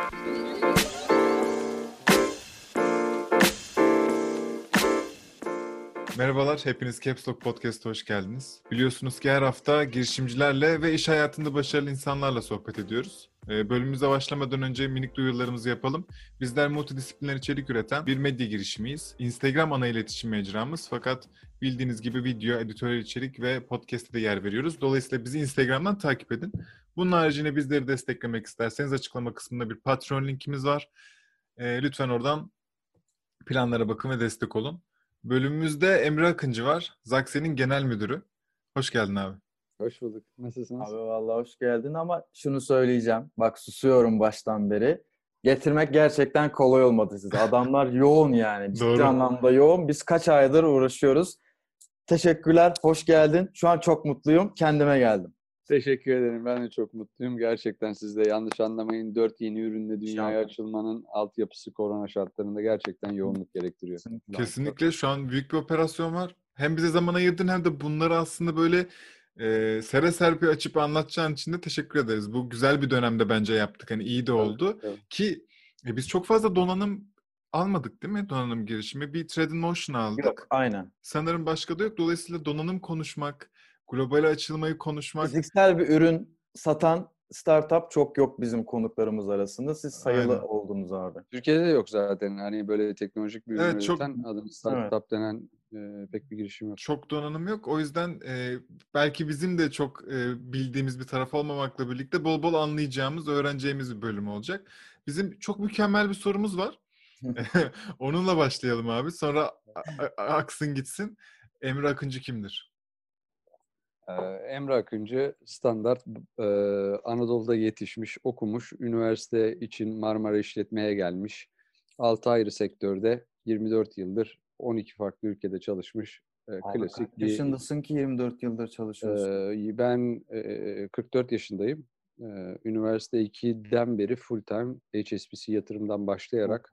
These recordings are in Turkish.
Merhabalar, hepiniz Caps Lock Podcast'a hoş geldiniz. Biliyorsunuz ki her hafta girişimcilerle ve iş hayatında başarılı insanlarla sohbet ediyoruz. Bölümümüze başlamadan önce minik duyurularımızı yapalım. Bizler multidisipliner içerik üreten bir medya girişimiyiz. Instagram ana iletişim mecramız, fakat bildiğiniz gibi video, editörel içerik ve podcast'e de yer veriyoruz. Dolayısıyla bizi Instagram'dan takip edin. Bunun haricinde bizleri desteklemek isterseniz açıklama kısmında bir Patreon linkimiz var. Lütfen oradan planlara bakın ve destek olun. Bölümümüzde Emre Akıncı var. Zakse'nin genel müdürü. Hoş geldin abi. Hoş bulduk. Nasılsınız? Abi vallahi hoş geldin ama şunu söyleyeceğim. Bak susuyorum baştan beri. Getirmek gerçekten kolay olmadı size. Adamlar yoğun yani. Ciddi Doğru. anlamda yoğun. Biz kaç aydır uğraşıyoruz. Teşekkürler. Hoş geldin. Şu an çok mutluyum. Kendime geldim. Teşekkür ederim. Ben de çok mutluyum. Gerçekten siz de yanlış anlamayın. 4 yeni ürünle dünyaya açılmanın altyapısı korona şartlarında gerçekten yoğunluk gerektiriyor. Kesinlikle şu an büyük bir operasyon var. Hem bize zaman ayırdın hem de bunları aslında böyle sere serpi açıp anlatacağın için de teşekkür ederiz. Bu güzel bir dönemde bence yaptık. Hani iyi de oldu. Evet. Ki biz çok fazla donanım almadık değil mi? Donanım girişimi. Bir Trade-in-Motion aldık. Yok, aynen. Sanırım başka da yok. Dolayısıyla donanım konuşmak, global açılmayı konuşmak. Fiziksel bir ürün satan startup çok yok bizim konuklarımız arasında. Siz sayılı Aynen. oldunuz abi. Türkiye'de de yok zaten. Hani böyle teknolojik bir ürün Evet, üreten adını startup denen pek bir girişim yok. Çok donanım yok. O yüzden belki bizim de çok bildiğimiz bir taraf olmamakla birlikte bol bol anlayacağımız, öğreneceğimiz bir bölüm olacak. Bizim çok mükemmel bir sorumuz var. Onunla başlayalım abi. Sonra aksın gitsin. Emre Akıncı kimdir? Emre Akıncı standart Anadolu'da yetişmiş, okumuş, üniversite için Marmara İşletme'ye gelmiş. 6 ayrı sektörde 24 yıldır 12 farklı ülkede çalışmış. Abi Klasik kaç yaşındasın ki 24 yıldır çalışıyorsun? Ben 44 yaşındayım. Üniversite 2'den beri full time HSBC yatırımdan başlayarak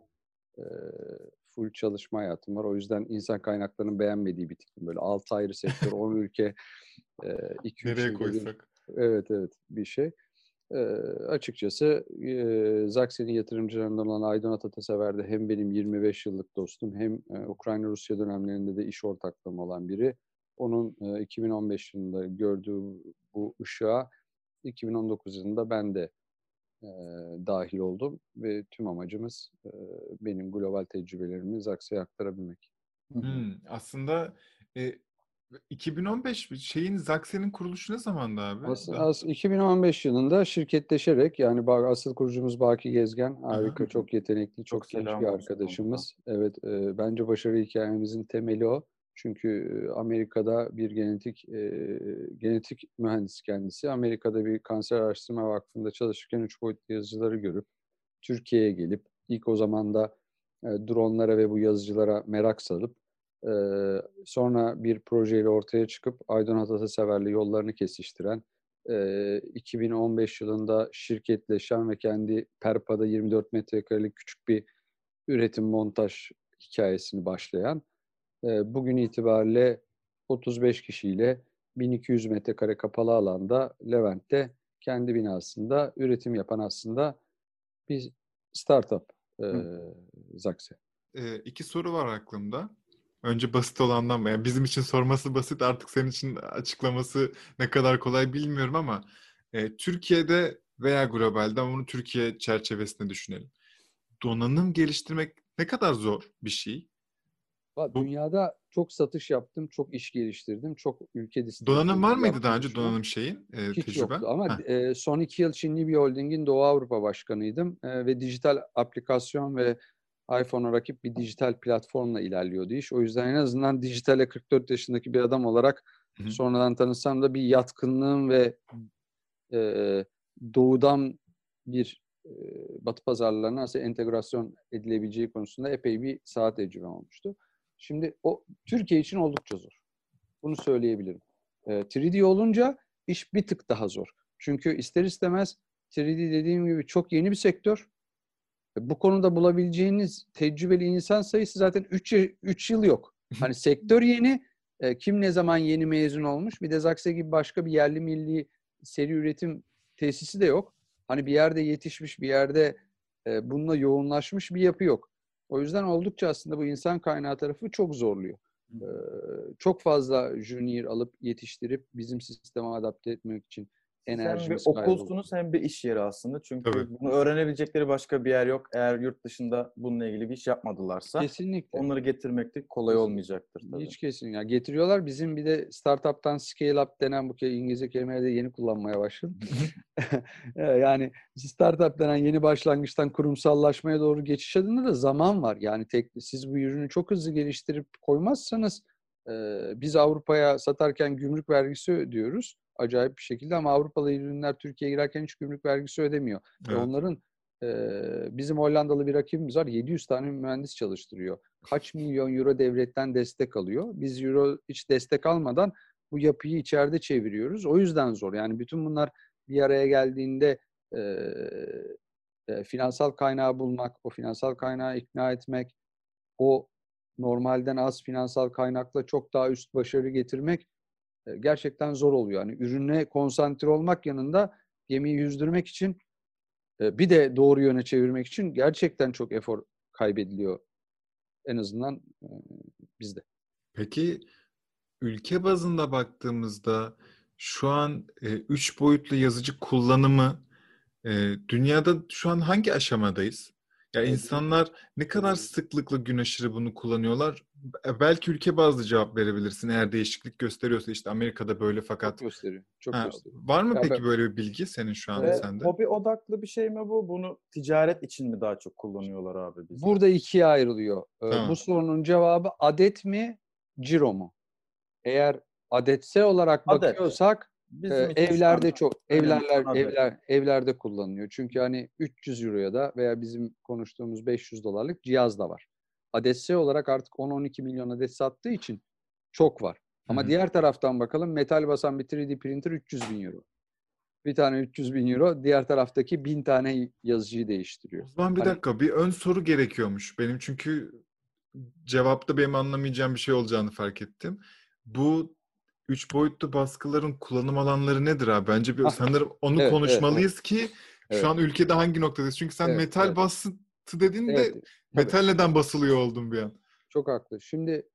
full çalışma hayatım var. O yüzden insan kaynaklarının beğenmediği bir tipim. Böyle 6 ayrı sektör, 10 ülke, 2-3 Nereye yılda koysak? Evet bir şey. Açıkçası Zakse'nin yatırımcılarından olan Aydın Atasever de hem benim 25 yıllık dostum hem Ukrayna-Rusya dönemlerinde de iş ortaklığım olan biri. Onun 2015 yılında gördüğü bu ışığa 2019 yılında ben de dahil oldum ve tüm amacımız benim global tecrübelerimi Zakse'ye aktarabilmek. Aslında 2015 şeyin Zakse'nin kuruluşu ne zamandı abi? 2015 yılında şirketleşerek yani asıl kurucumuz Baki Gezgen harika, çok yetenekli, çok genç bir arkadaşımız. Evet, bence başarı hikayemizin temeli o. Çünkü Amerika'da bir genetik mühendisi kendisi. Amerika'da bir kanser araştırma vakfında çalışırken 3 boyutlu yazıcıları görüp Türkiye'ye gelip ilk o zaman da dronlara ve bu yazıcılara merak salıp sonra bir projeyle ortaya çıkıp Aydın Atasever'le yollarını kesiştiren, 2015 yılında şirketleşen ve kendi Perpa'da 24 metrekarelik küçük bir üretim montaj hikayesini başlayan, bugün itibariyle 35 kişiyle 1200 metrekare kapalı alanda Levent'te kendi binasında üretim yapan aslında bir startup Zakse. 2 soru var aklımda. Önce basit olandan mı? Yani bizim için sorması basit, artık senin için açıklaması ne kadar kolay bilmiyorum ama Türkiye'de veya globalde, ama bunu Türkiye çerçevesinde düşünelim. Donanım geliştirmek ne kadar zor bir şey? Dünyada çok satış yaptım, çok iş geliştirdim, çok ülke Donanım var mıydı daha önce çalışma. donanım şeyin Hiç tecrüben? yoktu ama son 2 yıl Çinli bir holdingin Doğu Avrupa Başkanıydım ve dijital aplikasyon ve iPhone'a rakip bir dijital platformla ilerliyordu iş. O yüzden en azından dijitale 44 yaşındaki bir adam olarak sonradan tanısam da bir yatkınlığım ve doğudan bir batı pazarlarına nasıl entegrasyon edilebileceği konusunda epey bir saat tecrübem olmuştu. Şimdi o Türkiye için oldukça zor. Bunu söyleyebilirim. 3D olunca iş bir tık daha zor. Çünkü ister istemez 3D dediğim gibi çok yeni bir sektör. Bu konuda bulabileceğiniz tecrübeli insan sayısı zaten 3 yıl yok. Hani sektör yeni, kim ne zaman yeni mezun olmuş. Bir de Zakse gibi başka bir yerli milli seri üretim tesisi de yok. Hani bir yerde yetişmiş, bir yerde bununla yoğunlaşmış bir yapı yok. O yüzden oldukça aslında bu insan kaynağı tarafı çok zorluyor. Çok fazla junior alıp yetiştirip bizim sisteme adapte etmek için Siz hem bir enerjimiz kayboluyor. okulsunuz hem bir iş yeri aslında. Çünkü Tabii. bunu öğrenebilecekleri başka bir yer yok. Eğer yurt dışında bununla ilgili bir iş yapmadılarsa Kesinlikle. onları getirmek de kolay olmayacaktır tabii. Hiç kesin. Ya getiriyorlar. Bizim bir de startup'tan scale up denen bu İngilizce kelimeyi de yeni kullanmaya başladım. Yani startup denen yeni başlangıçtan kurumsallaşmaya doğru geçiş adında da zaman var. Yani siz bu ürünü çok hızlı geliştirip koymazsanız biz Avrupa'ya satarken gümrük vergisi ödüyoruz. Acayip bir şekilde ama Avrupalı ürünler Türkiye'ye girerken hiç gümrük vergisi ödemiyor. Evet. Onların bizim Hollandalı bir rakibimiz var. 700 tane mühendis çalıştırıyor. Kaç milyon euro devletten destek alıyor. Biz euro hiç destek almadan bu yapıyı içeride çeviriyoruz. O yüzden zor. Yani bütün bunlar bir araya geldiğinde finansal kaynağı bulmak, o finansal kaynağı ikna etmek, o normalden az finansal kaynakla çok daha üst başarı getirmek gerçekten zor oluyor. Yani ürüne konsantre olmak yanında gemiyi yüzdürmek için bir de doğru yöne çevirmek için gerçekten çok efor kaybediliyor. En azından bizde. Peki ülke bazında baktığımızda şu an 3 boyutlu yazıcı kullanımı dünyada şu an hangi aşamadayız? Ya insanlar ne kadar sıklıkla gün aşırı bunu kullanıyorlar? Belki ülke bazlı cevap verebilirsin eğer değişiklik gösteriyorsa işte Amerika'da böyle fakat Çok gösteriyor. Çok gösteriyor. var mı Ya peki ben, böyle bir bilgi senin şu an Ve sende? hobi odaklı bir şey mi bu? Bunu ticaret için mi daha çok kullanıyorlar abi bizde? burada ikiye ayrılıyor. Tamam. Bu sorunun cevabı adet mi, ciro mu? Eğer adetse olarak Adet. bakıyorsak Bizim için evlerde standart. çok Önemli olan adet. evlerde kullanılıyor. Çünkü hani 300 euroya da veya bizim konuştuğumuz 500 dolarlık cihaz da var. Adetse olarak artık 10-12 milyon adet sattığı için çok var. Ama Hı hı. diğer taraftan bakalım metal basan bir 3D printer 300 bin euro. Bir tane 300 bin euro diğer taraftaki 1000 tane yazıcıyı değiştiriyor. O zaman bir Hani dakika bir ön soru gerekiyormuş benim çünkü cevapta benim anlamayacağım bir şey olacağını fark ettim. Bu üç boyutlu baskıların kullanım alanları nedir abi? Bence sanırım onu evet, konuşmalıyız ki şu evet, an ülkede hangi noktadayız? Çünkü sen evet, metal evet, bastı dediğinde evet, tabii. metal neden basılıyor oldum bir an. Çok haklı. Şimdi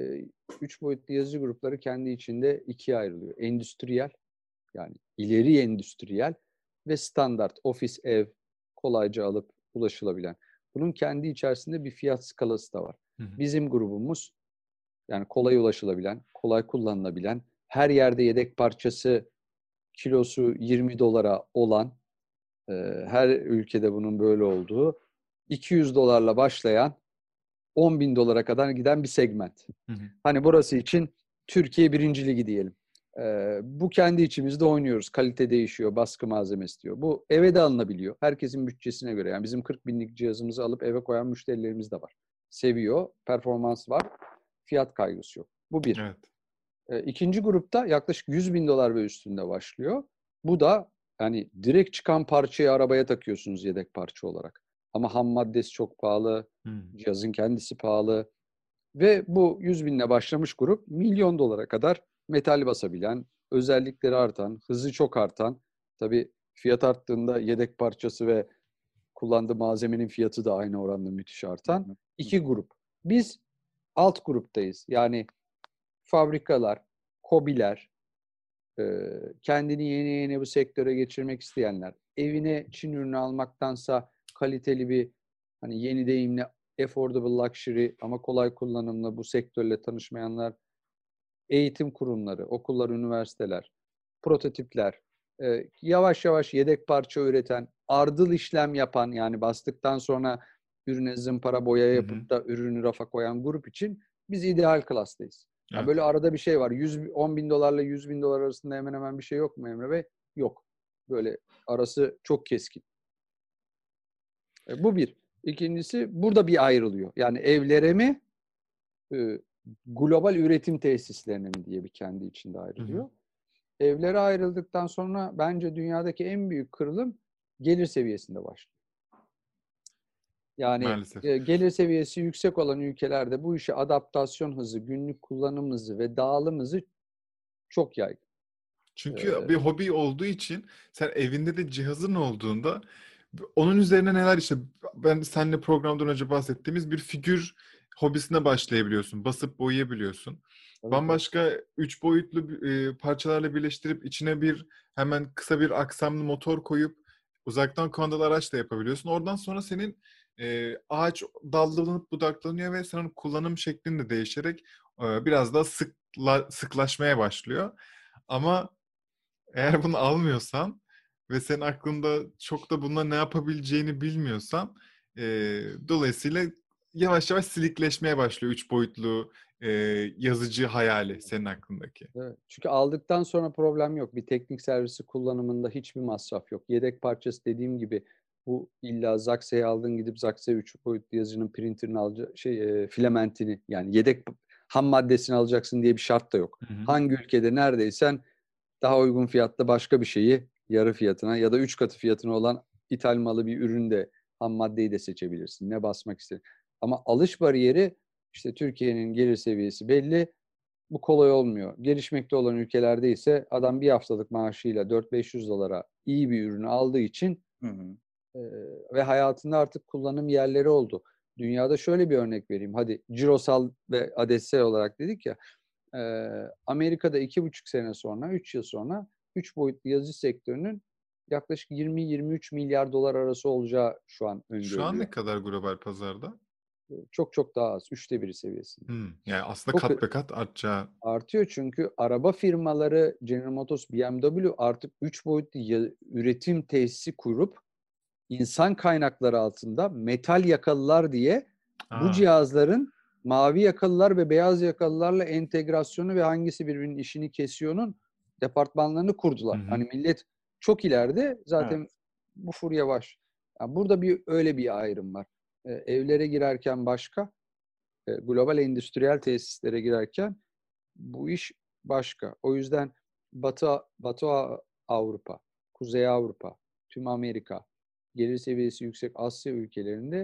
üç boyutlu yazıcı grupları kendi içinde ikiye ayrılıyor. Endüstriyel, yani ileri endüstriyel ve standart, ofis, ev, kolayca alıp ulaşılabilen. Bunun kendi içerisinde bir fiyat skalası da var. Hı hı. Bizim grubumuz yani kolay ulaşılabilen, kolay kullanılabilen, her yerde yedek parçası kilosu 20 dolara olan, her ülkede bunun böyle olduğu, 200 dolarla başlayan 10 bin dolara kadar giden bir segment. Hı hı. Hani burası için Türkiye 1. Ligi diyelim. Bu kendi içimizde oynuyoruz. Kalite değişiyor, baskı malzemesi diyor. Bu eve de alınabiliyor. Herkesin bütçesine göre. Yani bizim 40 binlik cihazımızı alıp eve koyan müşterilerimiz de var. Seviyor, performans var, fiyat kaygısı yok. Bu bir. Evet. İkinci grupta yaklaşık 100 bin dolar ve üstünde başlıyor. Bu da yani direkt çıkan parçayı arabaya takıyorsunuz yedek parça olarak. Ama ham maddesi çok pahalı, Hı. cihazın kendisi pahalı. Ve bu 100 binle başlamış grup milyon dolara kadar metal basabilen, özellikleri artan, hızı çok artan, tabii fiyat arttığında yedek parçası ve kullandığı malzemenin fiyatı da aynı oranda müthiş artan iki grup. Biz alt gruptayız. Yani fabrikalar, KOBİ'ler, kendini yeni yeni bu sektöre geçirmek isteyenler, evine Çin ürünü almaktansa kaliteli bir hani yeni deyimle affordable luxury ama kolay kullanımlı bu sektörle tanışmayanlar, eğitim kurumları, okullar, üniversiteler, prototipler, yavaş yavaş yedek parça üreten, ardıl işlem yapan yani bastıktan sonra ürüne zımpara boya Hı hı. yapıp da ürünü rafa koyan grup için biz ideal klastayız. Yani Evet. böyle arada bir şey var. 10 bin dolarla 100 bin dolar arasında hemen hemen bir şey yok mu Emre Bey? Yok. Böyle arası çok keskin. Bu bir. İkincisi burada bir ayrılıyor. Yani evlere mi global üretim tesislerine mi diye bir kendi içinde ayrılıyor. Hı hı. Evlere ayrıldıktan sonra bence dünyadaki en büyük kırılım gelir seviyesinde başlıyor. Yani Maalesef. gelir seviyesi yüksek olan ülkelerde bu işe adaptasyon hızı, günlük kullanım hızı ve dağılım hızı çok yaygın. Çünkü bir hobi olduğu için sen evinde de cihazın olduğunda Onun üzerine neler işte ben seninle programdan önce bahsettiğimiz bir figür hobisine başlayabiliyorsun. Basıp boyayabiliyorsun. Tabii, tabii. Bambaşka 3 boyutlu parçalarla birleştirip içine hemen kısa bir aksamlı motor koyup uzaktan kumandalı araç da yapabiliyorsun. Oradan sonra senin ağaç dallanıp budaklanıyor ve senin kullanım şeklin de değişerek biraz daha sıklaşmaya başlıyor. Ama eğer bunu almıyorsan ve senin aklında çok da bununla ne yapabileceğini bilmiyorsan dolayısıyla yavaş yavaş silikleşmeye başlıyor 3 boyutlu yazıcı hayali senin aklındaki. Evet. Çünkü aldıktan sonra problem yok. Bir teknik servisi kullanımında hiçbir masraf yok. Yedek parçası dediğim gibi bu illa Zaxxa'ya aldın gidip Zaxxa 3 boyutlu yazıcının printerini filamentini yani yedek ham maddesini alacaksın diye bir şart da yok. Hı hı. Hangi ülkede neredeysen daha uygun fiyatta başka bir şeyi yarı fiyatına ya da 3 katı fiyatına olan ithal malı bir üründe ham maddeyi de seçebilirsin. Ne basmak ister. Ama alış bariyeri işte Türkiye'nin gelir seviyesi belli. Bu kolay olmuyor. Gelişmekte olan ülkelerde ise adam bir haftalık maaşıyla 400-500 dolara iyi bir ürünü aldığı için Hı hı. e, ve hayatında artık kullanım yerleri oldu. Dünyada şöyle bir örnek vereyim. Hadi cirosal ve adetsel olarak dedik ya. Amerika'da 2,5 sene sonra, 3 yıl sonra 3 boyutlu yazıcı sektörünün yaklaşık 20-23 milyar dolar arası olacağı şu an Şu an öngörülüyor. ne kadar global pazarda? Çok çok daha az. 1/3 seviyesinde. Yani aslında Çok kat be kat artacağı. artıyor çünkü araba firmaları General Motors, BMW artık 3 boyutlu üretim tesisi kurup insan kaynakları altında metal yakalılar diye bu Aa, cihazların mavi yakalılar ve beyaz yakalılarla entegrasyonu ve hangisi birbirinin işini kesiyor'nun departmanlarını hı kurdular. hı. Hani millet çok ileride Evet. zaten bu furya var. Yani burada öyle bir ayrım var. Evlere girerken başka, global endüstriyel tesislere girerken bu iş başka. O yüzden Batı Avrupa, Kuzey Avrupa, tüm Amerika, gelir seviyesi yüksek Asya ülkelerinde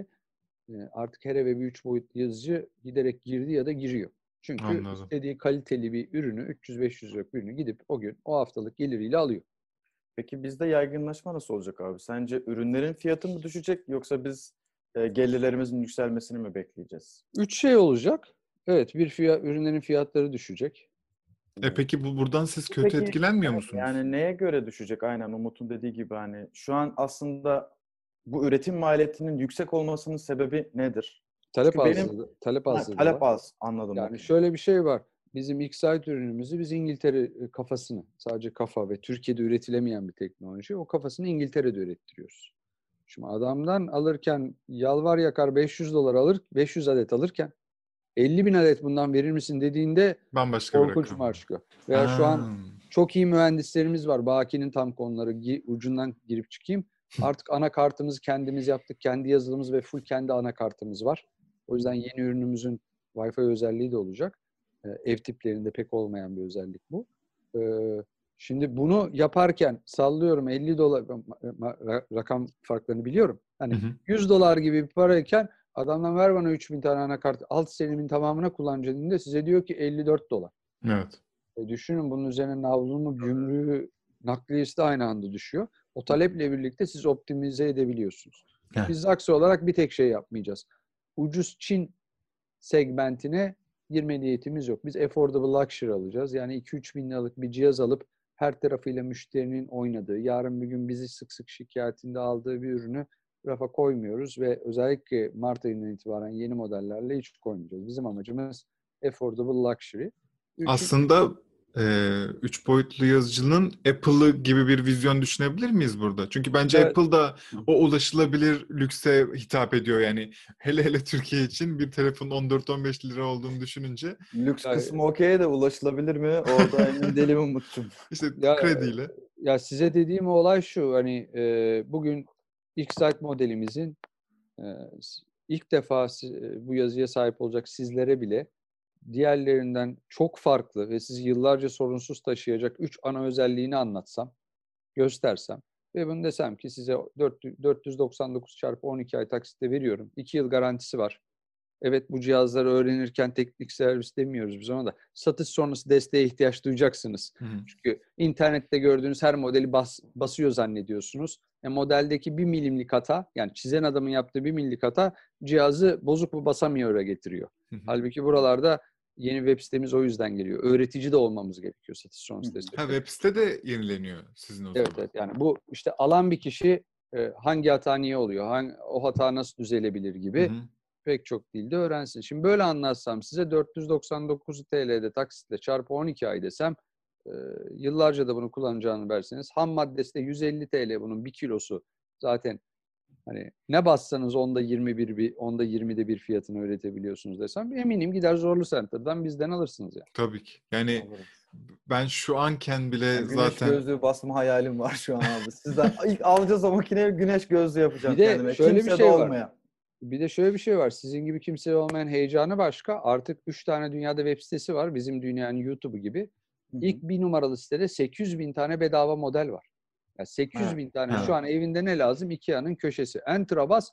artık her eve bir 3 boyutlu yazıcı giderek girdi ya da giriyor. Çünkü Anladım. istediği kaliteli bir ürünü, 300-500 liralık bir ürünü gidip o gün o haftalık geliriyle alıyor. Peki bizde yaygınlaşma nasıl olacak abi? Sence ürünlerin fiyatı mı düşecek yoksa biz gelirlerimizin yükselmesini mi bekleyeceğiz? 3 şey olacak. Evet, ürünlerin fiyatları düşecek. Evet. Peki buradan siz kötü Peki etkilenmiyor evet, musunuz? yani neye göre düşecek? Aynen Umut'un dediği gibi hani şu an aslında bu üretim maliyetinin yüksek olmasının sebebi nedir? Talep Çünkü benim talep azlığı talep var. az, anladım, Yani okey. şöyle bir şey var. Bizim X-Sight ürünümüzü biz İngiltere kafasını, sadece kafa ve Türkiye'de üretilemeyen bir teknoloji. O kafasını İngiltere'de ürettiriyoruz. Şimdi adamdan alırken yalvar yakar 500 dolar alır, 500 adet alırken 50 bin adet bundan verir misin dediğinde Bambaşka bir korkunç rakam. marş çıkıyor. Veya şu Ha. an çok iyi mühendislerimiz var. Baki'nin tam konuları ucundan girip çıkayım. Artık anakartımızı kendimiz yaptık. Kendi yazılımımız ve full kendi anakartımız var. O yüzden yeni ürünümüzün Wi-Fi özelliği de olacak. Ev tiplerinde pek olmayan bir özellik bu. Şimdi bunu yaparken sallıyorum 50 dolar rakam farklarını biliyorum. Hı Hani hı. 100 dolar gibi bir parayken adamdan ver bana 3000 tane anakart, alt serimin tamamına kullanacağım dediğinde size diyor ki 54 dolar. Evet. Düşünün bunun üzerine navlumu, gümrüğü, nakliyesi de aynı anda düşüyor. O taleple birlikte siz optimize edebiliyorsunuz. Heh. Biz Zaxxo olarak bir tek şey yapmayacağız. Ucuz Çin segmentine girme niyetimiz yok. Biz affordable luxury alacağız. Yani 2-3 bin liralık bir cihaz alıp her tarafıyla müşterinin oynadığı, yarın bir gün bizi sık sık şikayetinde aldığı bir ürünü rafa koymuyoruz ve özellikle Mart ayından itibaren yeni modellerle hiç koymayacağız. Bizim amacımız affordable luxury. Aslında 3 boyutlu yazıcının Apple'ı gibi bir vizyon düşünebilir miyiz burada? Çünkü bence Evet. Apple da o ulaşılabilir lükse hitap ediyor. Yani hele hele Türkiye için bir telefonun 14-15 lira olduğunu düşününce Lüks Ya, kısmı okey de ulaşılabilir mi? Orada emin değilim Umut'cum. işte ya, krediyle. ya size dediğim olay şu, hani bugün X-Sight modelimizin e, ilk defa bu yazıya sahip olacak sizlere bile diğerlerinden çok farklı ve sizi yıllarca sorunsuz taşıyacak 3 ana özelliğini anlatsam, göstersem ve bunu desem ki size 499 çarpı 12 ay taksitle veriyorum. 2 yıl garantisi var. Evet, bu cihazları öğrenirken teknik servis demiyoruz biz ona da. Satış sonrası desteğe ihtiyaç duyacaksınız. Hı hı. Çünkü internette gördüğünüz her modeli basıyor zannediyorsunuz. Modeldeki 1 milimlik hata, yani çizen adamın yaptığı 1 milimlik hata cihazı bozuk mu basamıyor getiriyor. Hı hı. Halbuki buralarda yeni web sitemiz o yüzden geliyor. Öğretici de olmamız gerekiyor satış sonrası destek. Ha, web site de yenileniyor sizin o Evet, zaman. evet. Yani bu işte alan bir kişi hangi hata niye oluyor, o hata nasıl düzelebilir Hı gibi hı. pek çok dilde öğrensin. Şimdi böyle anlatsam size 499 TL'de taksitle çarpı 12 ay desem yıllarca da bunu kullanacağını verseniz ham maddesi de 150 TL bunun 1 kilosu. Zaten hani ne bassanız onda 20'de bir fiyatını öğretebiliyorsunuz desem eminim gider Zorlu Center'dan bizden alırsınız yani. Tabii ki. Yani Alırız. ben şu anken bile Yani güneş zaten gözlüğü basma hayalim var şu an abi. Sizden ilk alacağız o makineyi, güneş gözlüğü yapacağım Bir de kendime. şöyle bir Kimse de şey var. olmayan. Bir de şöyle bir şey var. Sizin gibi kimseye olmayan heyecanı başka. Artık 3 tane dünyada web sitesi var. Bizim dünyanın YouTube'u gibi. Hı hı. İlk 1 numaralı sitede 800 bin tane bedava model var. Yani 800 Evet. bin tane Evet. şu an evinde ne lazım? IKEA'nın köşesi. Enter'a bas.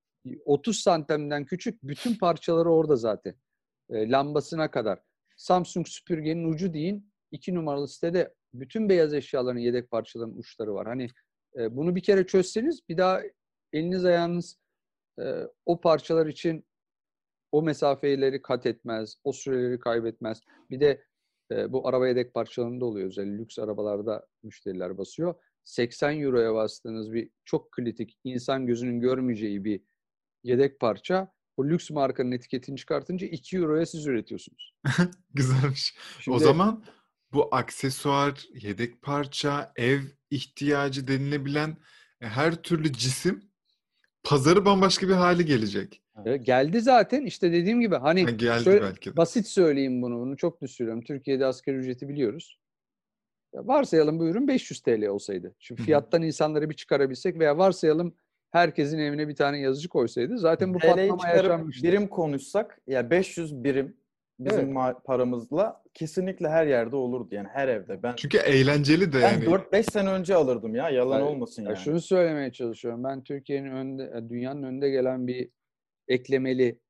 30 santimden küçük bütün parçaları orada zaten. Lambasına kadar. Samsung süpürgenin ucu deyin. 2 numaralı sitede bütün beyaz eşyaların yedek parçaların uçları var. Hani bunu bir kere çözseniz bir daha eliniz ayağınız o parçalar için o mesafeleri kat etmez, o süreleri kaybetmez. Bir de bu araba yedek parçalarında oluyor. Özellikle lüks arabalarda müşteriler basıyor. 80 euroya bastığınız bir çok kritik, insan gözünün görmeyeceği bir yedek parça, o lüks markanın etiketini çıkartınca 2 euroya siz üretiyorsunuz. güzelmiş. O Şimdi zaman bu aksesuar, yedek parça, ev ihtiyacı denilebilen her türlü cisim pazarı bambaşka bir hale gelecek. geldi zaten işte dediğim gibi Ha, hani geldi şöyle belki de. basit söyleyeyim bunu çok düşürüyorum. Türkiye'de asgari ücreti biliyoruz. Varsayalım bu ürün 500 TL olsaydı. Şimdi Hı hı. fiyattan insanları bir çıkarabilsek veya varsayalım herkesin evine bir tane yazıcı koysaydı zaten bu TL'yi patlama çıkarıp yaşanmıştı. birim konuşsak ya 500 birim bizim Evet. paramızla kesinlikle her yerde olurdu. Yani her evde. Çünkü eğlenceli de Ben yani. 4-5 sene önce alırdım ya. Yalan Ya, olmasın yani. şunu söylemeye çalışıyorum. Ben Türkiye'nin önde, dünyanın önde gelen bir eklemeli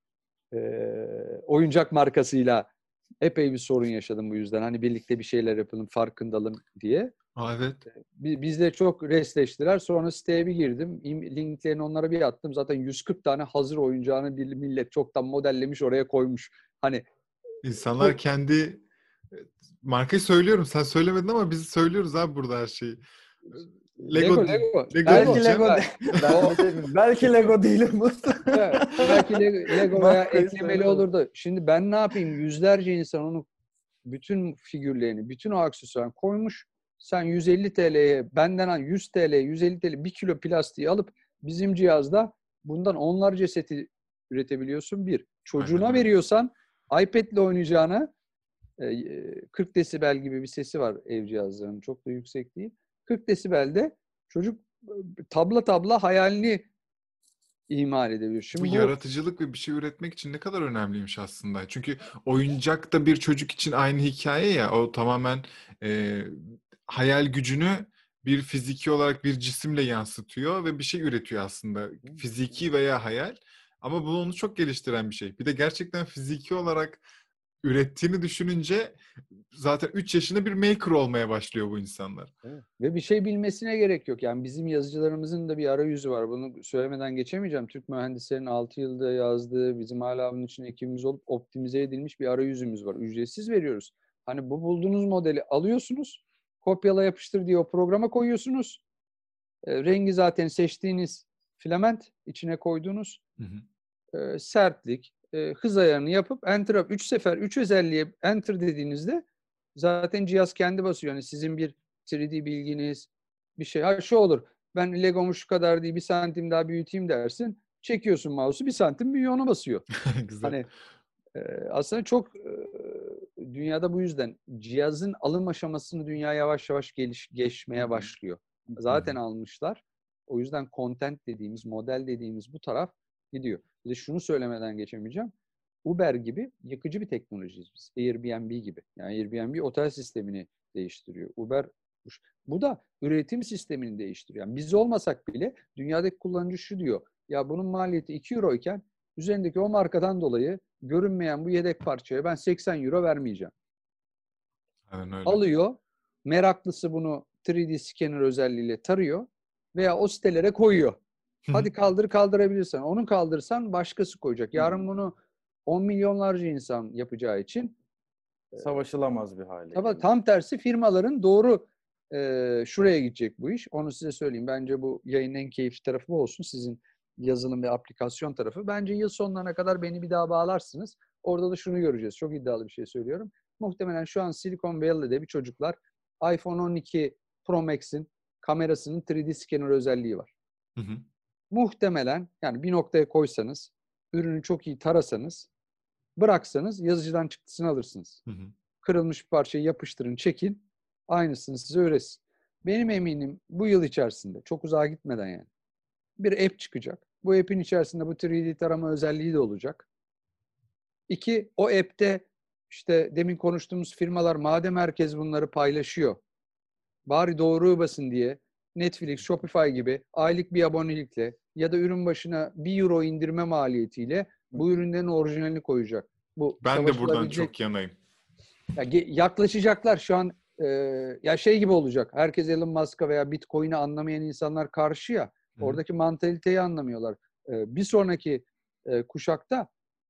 oyuncak markasıyla epey bir sorun yaşadım bu yüzden. Hani birlikte bir şeyler yapalım, farkındalım diye. Aa, evet. Bizle çok restleştiler. Sonra siteye bir girdim. Linklerini onlara bir attım. Zaten 140 tane hazır oyuncağını bir millet çoktan modellemiş oraya koymuş. Hani İnsanlar bu kendi markayı söylüyorum. Sen söylemedin ama biz söylüyoruz abi burada her şeyi. Lego. Lego Belki diyeceğim. Lego ben O de şey belki Lego değilim bu. evet, belki Lego veya Markayı eklemeli söylüyorum. olurdu. Şimdi ben ne yapayım? Yüzlerce insan onu bütün figürlerini, bütün o aksesuarını koymuş. Sen 150 TL'ye benden al 100 TL, 150 TL 1 kilo plastiği alıp bizim cihazda bundan onlarca seti üretebiliyorsun. Bir. Aynen Çocuğuna öyle. veriyorsan iPad'le oynayacağına 40 desibel gibi bir sesi var ev cihazlarının. Çok da yüksek değil. 40 desibelde çocuk tabla tabla hayalini imal edebilir. Bu Şimdi bu yaratıcılık ve bir şey üretmek için ne kadar önemliymiş aslında. Çünkü oyuncak da bir çocuk için aynı hikaye ya. O tamamen e, hayal gücünü bir fiziki olarak bir cisimle yansıtıyor ve bir şey üretiyor aslında. Fiziki veya hayal. Ama bu onu çok geliştiren bir şey. Bir de gerçekten fiziki olarak ürettiğini düşününce zaten 3 yaşında bir maker olmaya başlıyor bu insanlar. evet. Ve bir şey bilmesine gerek yok. Yani bizim yazıcılarımızın da bir arayüzü var. Bunu söylemeden geçemeyeceğim. Türk mühendislerin 6 yılda yazdığı, bizim hala bunun için ekibimiz olup optimize edilmiş bir arayüzümüz var. Ücretsiz veriyoruz. Hani bu bulduğunuz modeli alıyorsunuz, kopyala yapıştır diye o programa koyuyorsunuz. Rengi zaten seçtiğiniz filament içine koyduğunuz Hı hı. sertlik, hız ayarını yapıp enter 3 sefer 3 özelliğe enter dediğinizde zaten cihaz kendi basıyor. Yani sizin bir 3D bilginiz bir şey. Ha şu olur. Ben Lego'mu şu kadar değil 1 santim daha büyüteyim dersin. Çekiyorsun mouse'u 1 santim büyüyor ona basıyor. Güzel. Hani aslında çok dünyada bu yüzden cihazın alım aşamasını dünya yavaş yavaş geçmeye başlıyor. Zaten almışlar. O yüzden content dediğimiz, model dediğimiz bu taraf gidiyor. Bir de şunu söylemeden geçemeyeceğim. Uber gibi yıkıcı bir teknolojiyiz biz. Airbnb gibi. Yani Airbnb otel sistemini değiştiriyor. Uber bu da üretim sistemini değiştiriyor. Yani biz olmasak bile dünyadaki kullanıcı şu diyor. Ya bunun maliyeti 2 euro iken Üzerindeki o markadan dolayı görünmeyen bu yedek parçaya ben 80 euro vermeyeceğim. Aynen öyle. Alıyor, meraklısı bunu 3D scanner özelliğiyle tarıyor veya o sitelere koyuyor. Hadi kaldırabilirsen. Onu kaldırsan başkası koyacak. Yarın bunu 10 milyonlarca insan yapacağı için Savaşılamaz bir hale geliyor. tam tersi firmaların doğru şuraya gidecek bu iş. Onu size söyleyeyim. Bence bu yayının en keyifli tarafı bu olsun. Sizin yazılım ve aplikasyon tarafı. Bence yıl sonlarına kadar beni bir daha bağlarsınız. Orada da şunu göreceğiz. Çok iddialı bir şey söylüyorum. Muhtemelen şu an Silicon Valley'de bir çocuklar iPhone 12 Pro Max'in kamerasının 3D scanner özelliği var. Hı hı. Muhtemelen yani bir noktaya koysanız, ürünü çok iyi tarasanız, bıraksanız yazıcıdan çıktısını alırsınız. Hı hı. Kırılmış bir parçayı yapıştırın, çekin. Aynısını size öğretsin. Benim eminim bu yıl içerisinde, çok uzağa gitmeden yani, bir app çıkacak. Bu app'in içerisinde bu 3D tarama özelliği de olacak. 2, o app'te işte demin konuştuğumuz firmalar madem herkes bunları paylaşıyor, bari doğruyu basın diye Netflix, Shopify gibi aylık bir abonelikle ya da ürün başına 1 euro indirme maliyetiyle bu ürünlerin orijinalini koyacak. Bu Ben de buradan savaşılabilecek. çok yanayım. Ya yaklaşacaklar şu an ya şey gibi olacak. Herkes Elon Musk'a veya Bitcoin'i anlamayan insanlar karşı ya. Hı. Oradaki mantaliteyi anlamıyorlar. Bir sonraki kuşakta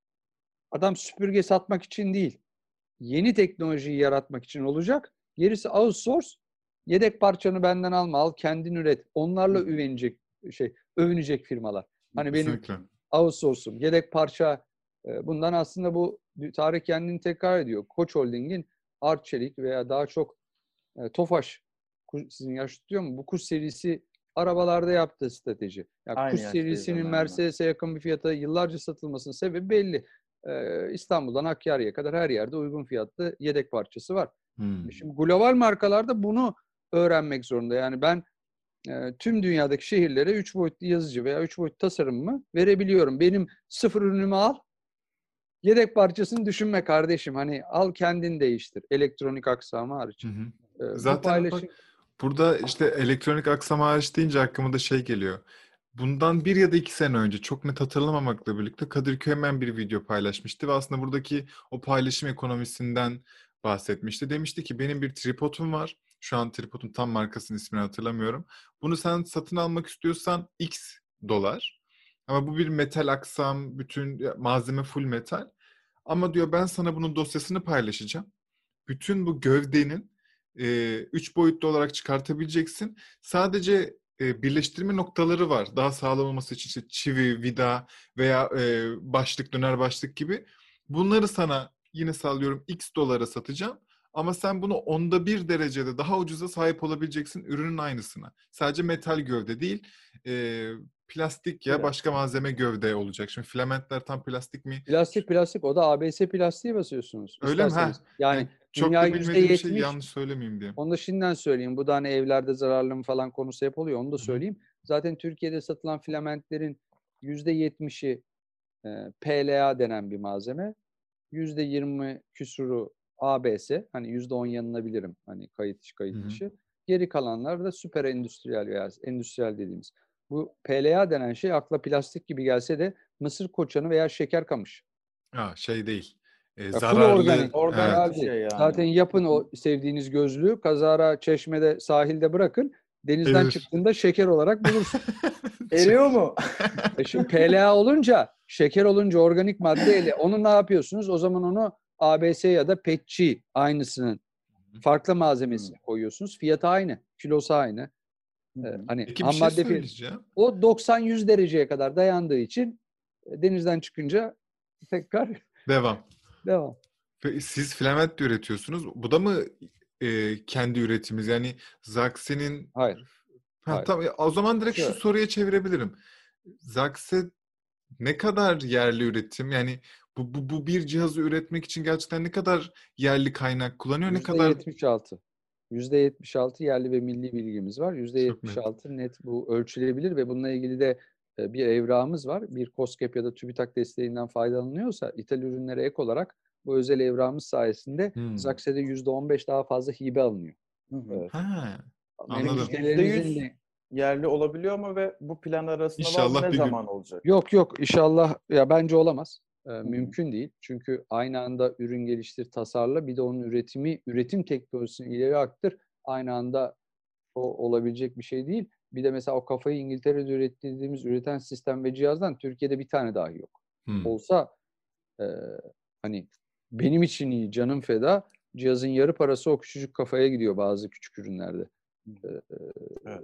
adam süpürge satmak için değil, yeni teknolojiyi yaratmak için olacak. Gerisi outsource. Yedek parçanı benden alma, al kendin üret. Onlarla övünecek firmalar. Hani benim Kesinlikle. outsource'um, yedek parça bundan aslında bu tarih kendini tekrar ediyor. Koç Holding'in Arçelik veya daha çok Tofaş, sizin yaş tutuyor mu? Bu kuş serisi arabalarda yaptığı strateji. Yani Aynı kuş yaştayız serisinin hemen hemen. Mercedes'e yakın bir fiyata yıllarca satılmasının sebebi belli. İstanbul'dan Hakkari'ye kadar her yerde uygun fiyatlı yedek parçası var. Şimdi global markalarda bunu öğrenmek zorunda. Yani ben tüm dünyadaki şehirlere 3 boyutlu yazıcı veya 3 boyutlu tasarımımı verebiliyorum. Benim sıfır ürünümü al, yedek parçasını düşünme kardeşim. Hani al kendin değiştir. Elektronik aksamı hariç. Hı hı. Bu Zaten bak paylaşım burada işte elektronik aksam hariç deyince aklıma da şey geliyor. Bundan 1 ya da 2 sene önce çok net hatırlamamakla birlikte Kadirköy hemen bir video paylaşmıştı ve aslında buradaki o paylaşım ekonomisinden bahsetmişti. Demişti ki benim bir tripodum var. Şu an tripodun tam markasının ismini hatırlamıyorum. Bunu sen satın almak istiyorsan X dolar. Ama bu bir metal aksam, bütün malzeme full metal. Ama diyor ben sana bunun dosyasını paylaşacağım. Bütün bu gövdenin 3 boyutlu olarak çıkartabileceksin. Sadece birleştirme noktaları var. Daha sağlam olması için işte çivi, vida veya başlık, döner başlık gibi. Bunları sana yine sallıyorum X dolara satacağım. Ama sen bunu 1/10 derecede daha ucuza sahip olabileceksin ürünün aynısına. Sadece metal gövde değil, plastik ya başka malzeme gövde olacak. Şimdi filamentler tam plastik mi? plastik o da ABS plastiği basıyorsunuz Öyle mi? isterseniz. Ha. Yani Yani çok dünya da bilmediğim şey %70. yanlış söylemeyeyim diye. Onu da şimdiden söyleyeyim. Bu da hani evlerde zararlı mı falan konusu hep oluyor. Onu da Hı hı. söyleyeyim. Zaten Türkiye'de satılan filamentlerin %70'i PLA denen bir malzeme. %20 küsuru ABS. Hani %10 yanılabilirim. Hani kayıt içi Hı kayıt hı. dışı. Geri kalanlar da süper endüstriyel veya endüstriyel dediğimiz. Bu PLA denen şey akla plastik gibi gelse de mısır koçanı veya şeker kamış. Ha, şey değil. Ya full Zararlı. organik. Organik bir Zararlı değil. şey yani. Zaten yapın o sevdiğiniz gözlüğü. Kazara çeşmede, sahilde bırakın. Denizden Erir. çıktığında şeker olarak bulursun. Eriyor mu? Şimdi PLA olunca, şeker olunca organik madde onu ne yapıyorsunuz? O zaman onu ABS ya da PETçi aynısının farklı malzemesini koyuyorsunuz. Fiyatı aynı, kilosu aynı. Hani Peki bir ham şey madde fiyatı. söyleyeceğim. O 90-100 dereceye kadar dayandığı için denizden çıkınca tekrar Devam. devam. Siz filament de üretiyorsunuz. Bu da mı kendi üretimimiz? Yani Zaxxe'nin Hayır, hayır. tamam. O zaman direkt şu Şöyle. soruya çevirebilirim. Zaxxe ne kadar yerli üretim? Yani bu bir cihazı üretmek için gerçekten ne kadar yerli kaynak kullanıyor? Ne kadar %76. %76 yerli ve milli bilgimiz var. çok net. %76 net bu ölçülebilir ve bununla ilgili de bir evrağımız var. Bir KOSGEB ya da TÜBİTAK desteğinden faydalanılıyorsa ithal ürünlere ek olarak bu özel evrağımız sayesinde Zaxxe'de %15 daha fazla hibe alınıyor. Ha, Benim anladım. müşterilerimizin de yerli olabiliyor mu ve bu plan arasında var mı? İnşallah Ne bir gün. zaman olacak? Yok inşallah ya bence olamaz. Mümkün değil. Çünkü aynı anda ürün geliştir, tasarla bir de onun üretim teknolojisini ileri aktar. Aynı anda o olabilecek bir şey değil. Bir de mesela o kafayı İngiltere'de üreten sistem ve cihazdan Türkiye'de bir tane dahi yok. Olsa e, hani benim için iyi, canım feda. Cihazın yarı parası o küçücük kafaya gidiyor bazı küçük ürünlerde. E, Evet.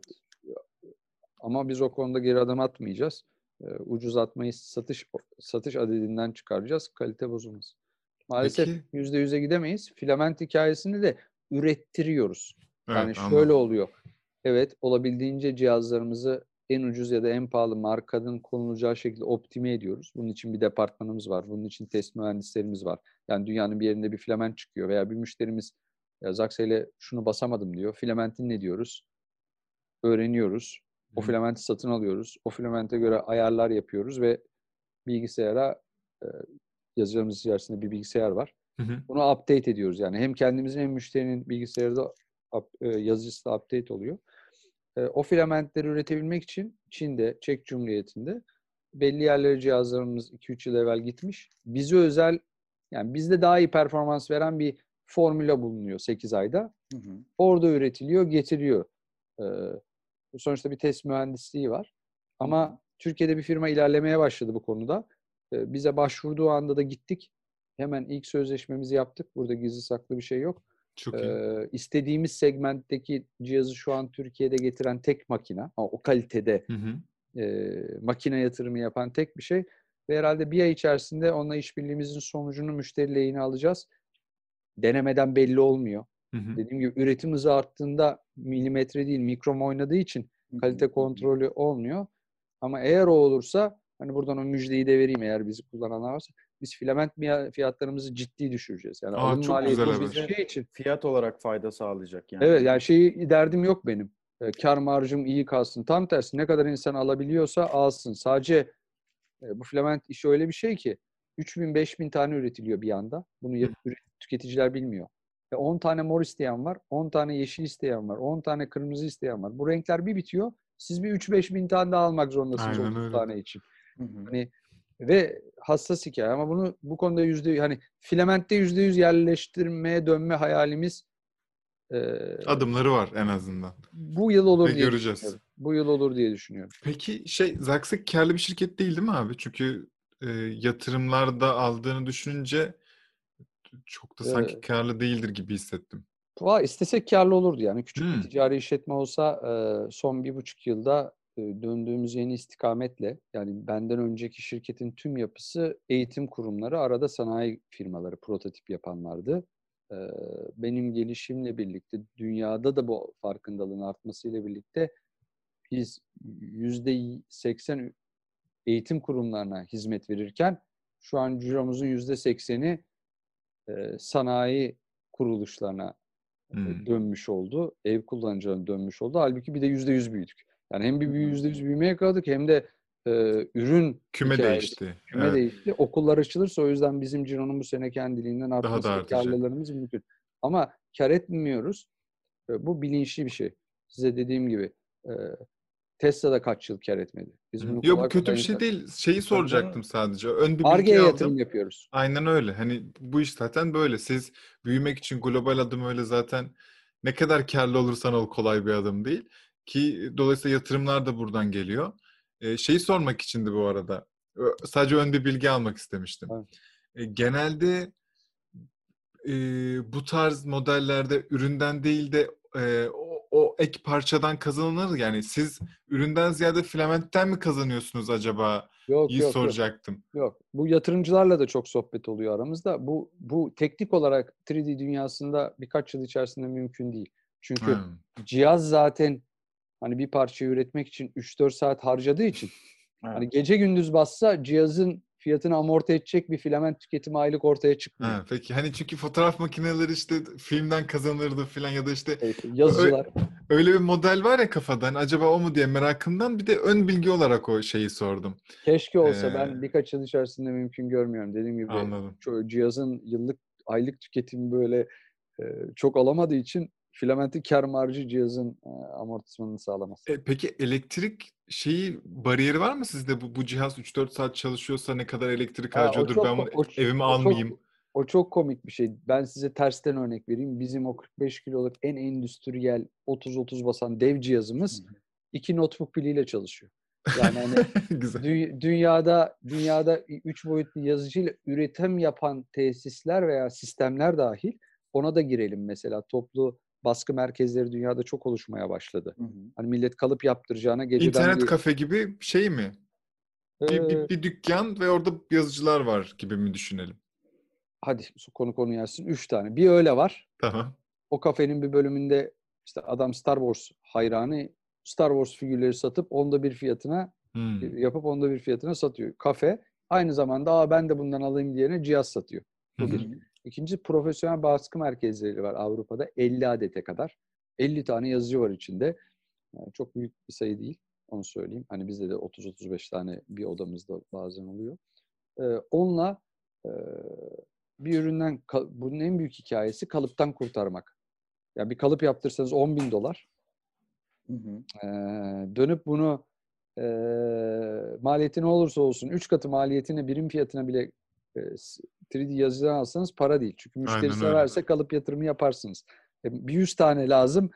Ama biz o konuda geri adım atmayacağız. Ucuz atmayı satış adedinden çıkaracağız. Kalite bozulmaz. Maalesef Peki. %100'e gidemeyiz. Filament hikayesini de ürettiriyoruz. Yani Evet, şöyle anladım. oluyor. Evet, olabildiğince cihazlarımızı en ucuz ya da en pahalı markanın konulacağı şekilde optime ediyoruz. Bunun için bir departmanımız var. Bunun için test mühendislerimiz var. Yani dünyanın bir yerinde bir filament çıkıyor veya bir müşterimiz ya Zaxxa'yla şunu basamadım diyor. Filamentin ne diyoruz? Öğreniyoruz. O filamenti satın alıyoruz. O filamente göre ayarlar yapıyoruz ve bilgisayara e, yazıcımız içerisinde bir bilgisayar var. Bunu update ediyoruz. Yani hem kendimizin hem müşterinin bilgisayarı da yazıcısı da update oluyor. O filamentleri üretebilmek için Çin'de, Çek Cumhuriyeti'nde belli yerlere cihazlarımız 2-3 yıl evvel gitmiş. Bize özel, yani bizde daha iyi performans veren bir formüle bulunuyor 8 ayda. Orada üretiliyor, getiriyor. Sonuçta bir test mühendisliği var. Ama Türkiye'de bir firma ilerlemeye başladı bu konuda. Bize başvurduğu anda da gittik. Hemen ilk sözleşmemizi yaptık. Burada gizli saklı bir şey yok. Çok iyi. İstediğimiz segmentteki cihazı şu an Türkiye'de getiren tek makine. O kalitede makine yatırımı yapan tek bir şey. Ve herhalde bir ay içerisinde onunla işbirliğimizin sonucunu müşteri lehine alacağız. Denemeden belli olmuyor. Dediğim gibi üretim hızı arttığında milimetre değil mikrom oynadığı için kalite kontrolü olmuyor. Ama eğer o olursa hani buradan o müjdeyi de vereyim eğer bizi kullananlar varsa biz filament fiyatlarımızı ciddi düşüreceğiz. Yani alım çok maliyeti güzel Bu haber. bize şey için. fiyat olarak fayda sağlayacak yani. Evet yani derdim yok benim. Kar marjım iyi kalsın. Tam tersi ne kadar insan alabiliyorsa alsın. Sadece bu filament işi öyle bir şey ki 3.000-5.000 tane üretiliyor bir anda. Bunu tüketiciler bilmiyor. 10 tane mor isteyen var, 10 tane yeşil isteyen var, 10 tane kırmızı isteyen var. Bu renkler bir bitiyor. Siz bir 3-5 bin tane daha almak zorundasınız Aynen 30 öyle. tane için. Hani ve hassas hikaye ama bunu bu konuda hani filamentte %100 yerleştirmeye dönme hayalimiz Adımları var en azından. bu yıl olur Ve diye göreceğiz. düşünüyorum. Bu yıl olur diye düşünüyorum. Peki Zaxx'a kârlı bir şirket değil mi abi? Çünkü yatırımlarda aldığını düşününce çok da sanki kârlı değildir gibi hissettim. İstesek kârlı olurdu yani. Küçük bir ticari işletme olsa son 1,5 yılda döndüğümüz yeni istikametle yani benden önceki şirketin tüm yapısı eğitim kurumları, arada sanayi firmaları, prototip yapanlardı. Benim gelişimle birlikte dünyada da bu farkındalığın artmasıyla birlikte biz %80 eğitim kurumlarına hizmet verirken şu an ciromuzun %80'i sanayi kuruluşlarına dönmüş oldu. Ev kullanıcılarına dönmüş oldu. Halbuki bir de %100 büyüdük. Yani hem bir %100 büyümeye yakaladık hem de ürün Küme hikayesi, değişti. küme Evet. değişti. Okullar açılırsa o yüzden bizim cironun bu sene kendiliğinden Daha da artması, artacak. karlılığımız mümkün. Ama kar etmiyoruz. Bu bilinçli bir şey. Size dediğim gibi Tesla'da kaç yıl kar etmedi. Biz bunu Yok bu kolay kötü bir kolay şey değil. Şeyi Tabii soracaktım canım. sadece. Ön bir bilgi Ar-Ge'ye aldım. yatırım yapıyoruz. Aynen öyle. Hani bu iş zaten böyle. Siz büyümek için global adım öyle zaten ne kadar karlı olursan ol kolay bir adım değil. Ki dolayısıyla yatırımlar da buradan geliyor. Şeyi sormak içindi bu arada. Sadece ön bir bilgi almak istemiştim. Evet. Genelde bu tarz modellerde üründen değil de o ek parçadan kazanılır. Yani siz üründen ziyade filamentten mi kazanıyorsunuz acaba? İyi Yok. soracaktım. Yok. Bu yatırımcılarla da çok sohbet oluyor aramızda. Bu teknik olarak 3D dünyasında birkaç yıl içerisinde mümkün değil. Çünkü cihaz zaten hani bir parçayı üretmek için 3-4 saat harcadığı için hani gece gündüz bassa cihazın fiyatını amorti edecek bir filament tüketimi aylık ortaya çıkmıyor. Peki hani çünkü fotoğraf makineleri işte filmden kazanırdı falan ya da işte Evet, yazıcılar. öyle bir model var ya kafadan acaba o mu diye merakımdan bir de ön bilgi olarak o şeyi sordum. Keşke olsa ben birkaç yıl içerisinde mümkün görmüyorum. Dediğim gibi Anladım. cihazın aylık tüketimi böyle çok alamadığı için Filamentin kar marjı cihazın amortismanını sağlamaz. Peki elektrik bariyeri var mı sizde? Bu cihaz 3-4 saat çalışıyorsa ne kadar elektrik Ha, harcıyordur? Ben bunu evime almayayım. O çok komik bir şey. Ben size tersten örnek vereyim. Bizim o 45 kiloluk en endüstriyel 30-30 basan dev cihazımız 2 notebook piliyle çalışıyor. Yani hani Güzel. dünyada 3 boyutlu yazıcıyla üretim yapan tesisler veya sistemler dahil ona da girelim mesela. Toplu baskı merkezleri dünyada çok oluşmaya başladı. Hani millet kalıp yaptıracağına geceden İnternet kafe gibi şey mi? Ee, Bir dükkan ve orada yazıcılar var gibi mi düşünelim? Hadi konu gelsin. 3 tane. Bir öyle var. Tamam. O kafenin bir bölümünde işte adam Star Wars hayranı Star Wars figürleri satıp onda bir fiyatına yapıp onda bir fiyatına satıyor. Kafe aynı zamanda ben de bundan alayım diyene cihaz satıyor. Bu bir. İkinci profesyonel baskı merkezleri var Avrupa'da 50 adete kadar. 50 tane yazıcı var içinde. Yani çok büyük bir sayı değil. Onu söyleyeyim. Hani bizde de 30-35 tane bir odamızda bazen oluyor. Onunla bir üründen bunun en büyük hikayesi kalıptan kurtarmak. Ya bir kalıp yaptırsanız $10.000. Dönüp bunu maliyeti ne olursa olsun 3 katı maliyetine birim fiyatına bile 3D yazıcıdan alsanız para değil. Çünkü müşteri Aynen öyle. severse kalıp yatırımı yaparsınız. Bir 100 tane lazım.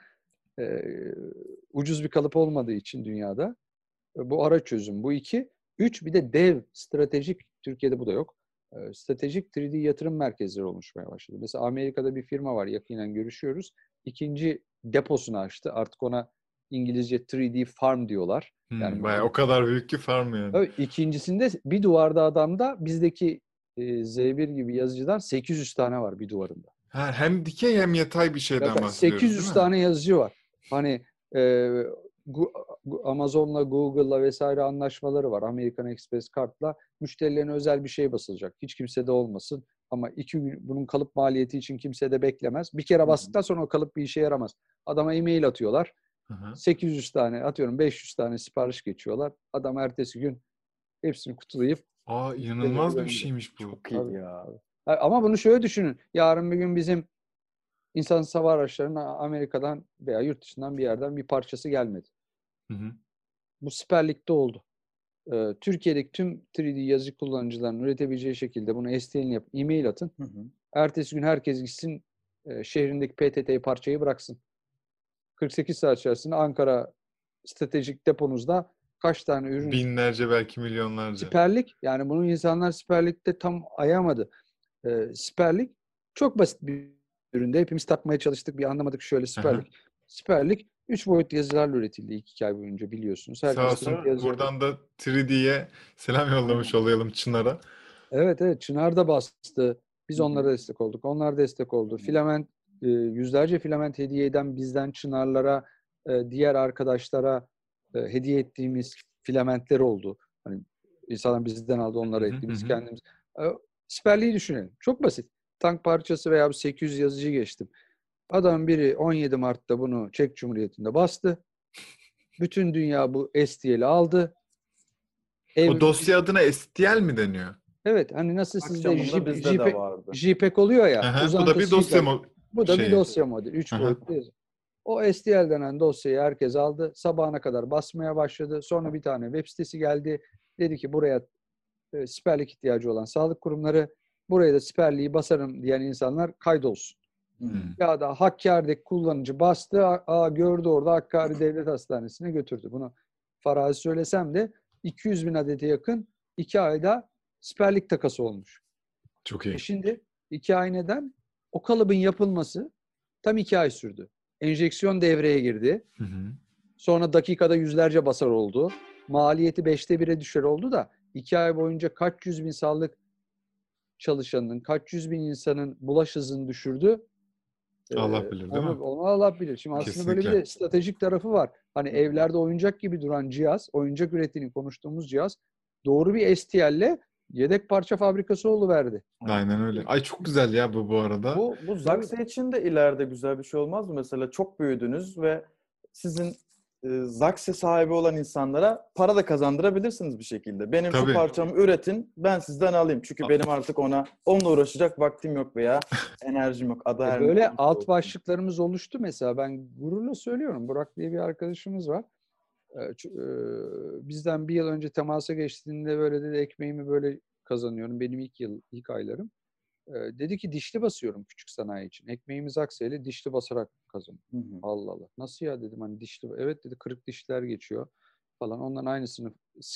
Ucuz bir kalıp olmadığı için dünyada. Bu ara çözüm. Bu 2. 3 bir de dev stratejik, Türkiye'de bu da yok. Stratejik 3D yatırım merkezleri oluşmaya başladı. Mesela Amerika'da bir firma var, yakinen görüşüyoruz. 2. deposunu açtı. Artık ona İngilizce 3D farm diyorlar. Yani Bayağı o kadar büyük ki farm yani. Evet, ikincisinde bir duvarda adamda bizdeki Z1 gibi yazıcıdan 800 tane var bir duvarında. Hem dikey hem yatay bir şeyden bahsediyoruz 800 değil mi? tane yazıcı var. Hani Amazon'la, Google'la vesaire anlaşmaları var. American Express kartla müşterilerine özel bir şey basılacak. Hiç kimse de olmasın. Ama 2 gün bunun kalıp maliyeti için kimse de beklemez. Bir kere bastıktan sonra o kalıp bir işe yaramaz. Adama e-mail atıyorlar. 800 tane atıyorum 500 tane sipariş geçiyorlar. Adam ertesi gün hepsini kutulayıp inanılmaz bir şeymiş bu. Çok iyi ya. Ama bunu şöyle düşünün. Yarın bir gün bizim İnsan hava araçlarının Amerika'dan veya yurt dışından bir yerden bir parçası gelmedi. Bu Süper Lig'de oldu. Türkiye'deki tüm 3D yazıcı kullanıcıların üretebileceği şekilde bunu STL'ini yapıp e-mail atın. Ertesi gün herkes gitsin şehrindeki PTT parçayı bıraksın. 48 saat içerisinde Ankara stratejik deponuzda kaç tane ürün? Binlerce belki milyonlarca. Süper Lig. Yani bunu insanlar Süper Lig'de tam ayamadı. Süper Lig çok basit bir üründe. Hepimiz takmaya çalıştık. Bir anlamadık şöyle Süper Lig. Süper Lig 3 boyutlu yazılarla üretildi 2 ay boyunca biliyorsunuz. Sağ olsun. Buradan da 3D'ye selam yollamış olalım Çınar'a. Evet. Çınar da bastı. Biz onlara destek olduk. Onlar destek oldu. Filament yüzlerce filament hediye eden bizden Çınarlara, diğer arkadaşlara hediye ettiğimiz filamentler oldu. Hani insanlar bizden aldı, onlara ettiğimiz kendimiz. Süper Lig'i düşünelim. Çok basit. Tank parçası veya bir 800 yazıcı geçtim. Adam biri 17 Mart'ta bunu Çek Cumhuriyeti'nde bastı. Bütün dünya bu STL'i aldı. O dosya adına STL mi deniyor? Evet, hani nasıl sizde JPEG oluyor ya. Bu da bir dosya Bu da bir dosya modeli. 3 boyutlu yazı. O STL denen dosyayı herkes aldı. Sabahına kadar basmaya başladı. Sonra bir tane web sitesi geldi. Dedi ki buraya siperlik ihtiyacı olan sağlık kurumları, buraya da siperliği basarım diyen insanlar kaydolsun. Ya da Hakkari'deki kullanıcı bastı, gördü orada Hakkari Devlet Hastanesi'ne götürdü. Bunu farazi söylesem de 200 bin adete yakın 2 ayda siperlik takası olmuş. Çok iyi. Şimdi 2 ay neden? O kalıbın yapılması tam 2 ay sürdü. Enjeksiyon devreye girdi. Sonra dakikada yüzlerce basar oldu. Maliyeti 5'te 1'e düşer oldu da 2 ay boyunca kaç yüz bin sağlık çalışanının, kaç yüz bin insanın bulaş hızını düşürdü. Allah bilir değil mi? Onu Allah bilir. Şimdi aslında böyle bir de stratejik tarafı var. Hani evlerde oyuncak gibi duran cihaz, oyuncak ürettiğini konuştuğumuz cihaz doğru bir STL'le yedek parça fabrikası oluverdi. Aynen öyle. Ay çok güzel ya bu arada. Bu Zaxxer için de ileride güzel bir şey olmaz mı? Mesela çok büyüdünüz ve sizin Zakse sahibi olan insanlara para da kazandırabilirsiniz bir şekilde. Benim şu Tabii. parçamı üretin, ben sizden alayım. Çünkü benim artık onunla uğraşacak vaktim yok veya enerjim yok. Adı her Böyle neyse alt olsun. başlıklarımız oluştu mesela. Ben gururla söylüyorum. Burak diye bir arkadaşımız var. Bizden bir yıl önce temasa geçtiğinde böyle dedi, ekmeğimi böyle kazanıyorum. Benim ilk aylarım. Dedi ki dişli basıyorum küçük sanayi için. Ekmeğimiz akseyle dişli basarak kazanıyorum. Hı hı. Allah Allah. Nasıl ya dedim, hani dişli. Evet dedi, kırık dişler geçiyor falan. Ondan aynısını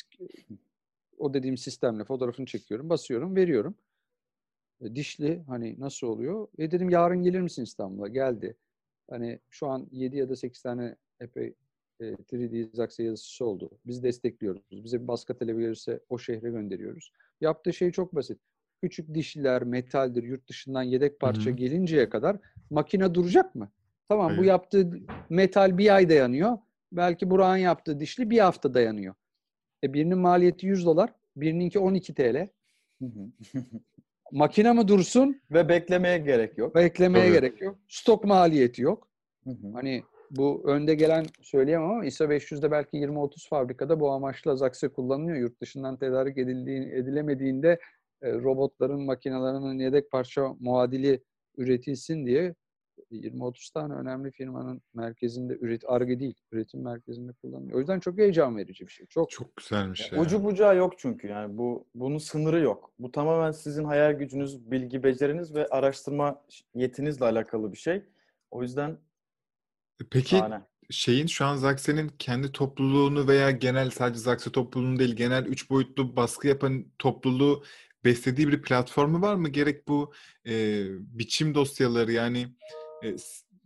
o dediğim sistemle fotoğrafını çekiyorum, basıyorum, veriyorum. Dişli, hani nasıl oluyor? Dedim yarın gelir misin İstanbul'a? Geldi. Hani şu an 7 ya da 8 tane epey 3D Zakse yazıcısı oldu. Biz destekliyoruz. Bize bir baskı talebi gelirse o şehre gönderiyoruz. Yaptığı şey çok basit. Küçük dişliler, metaldir, yurt dışından yedek parça Hı hı. gelinceye kadar makine duracak mı? Tamam, bu Hayır. yaptığı metal bir ay dayanıyor. Belki Burak'ın yaptığı dişli bir hafta dayanıyor. Birinin maliyeti $100, birininki 12 TL. Hı hı. Makine mi dursun? Ve beklemeye gerek yok. Beklemeye Tabii. gerek yok. Stok maliyeti yok. Hı hı. Hani bu önde gelen söyleyemem ama ISO 500'de belki 20-30 fabrikada bu amaçla Zakse kullanılıyor. Yurt dışından tedarik edilemediğinde robotların, makinelerinin yedek parça muadili üretilsin diye 20-30 tane önemli firmanın merkezinde, Ar-Ge değil, üretim merkezinde kullanılıyor. O yüzden çok heyecan verici bir şey. Çok. Çok güzelmiş ya. Ucu bucağı yok çünkü yani bunun sınırı yok. Bu tamamen sizin hayal gücünüz, bilgi beceriniz ve araştırma yetinizle alakalı bir şey. O yüzden Peki şahane. şu an Zakse'nin kendi topluluğunu veya genel sadece Zakse topluluğunu değil, genel 3 boyutlu baskı yapan topluluğu beslediği bir platformu var mı? Gerek bu biçim dosyaları, yani e,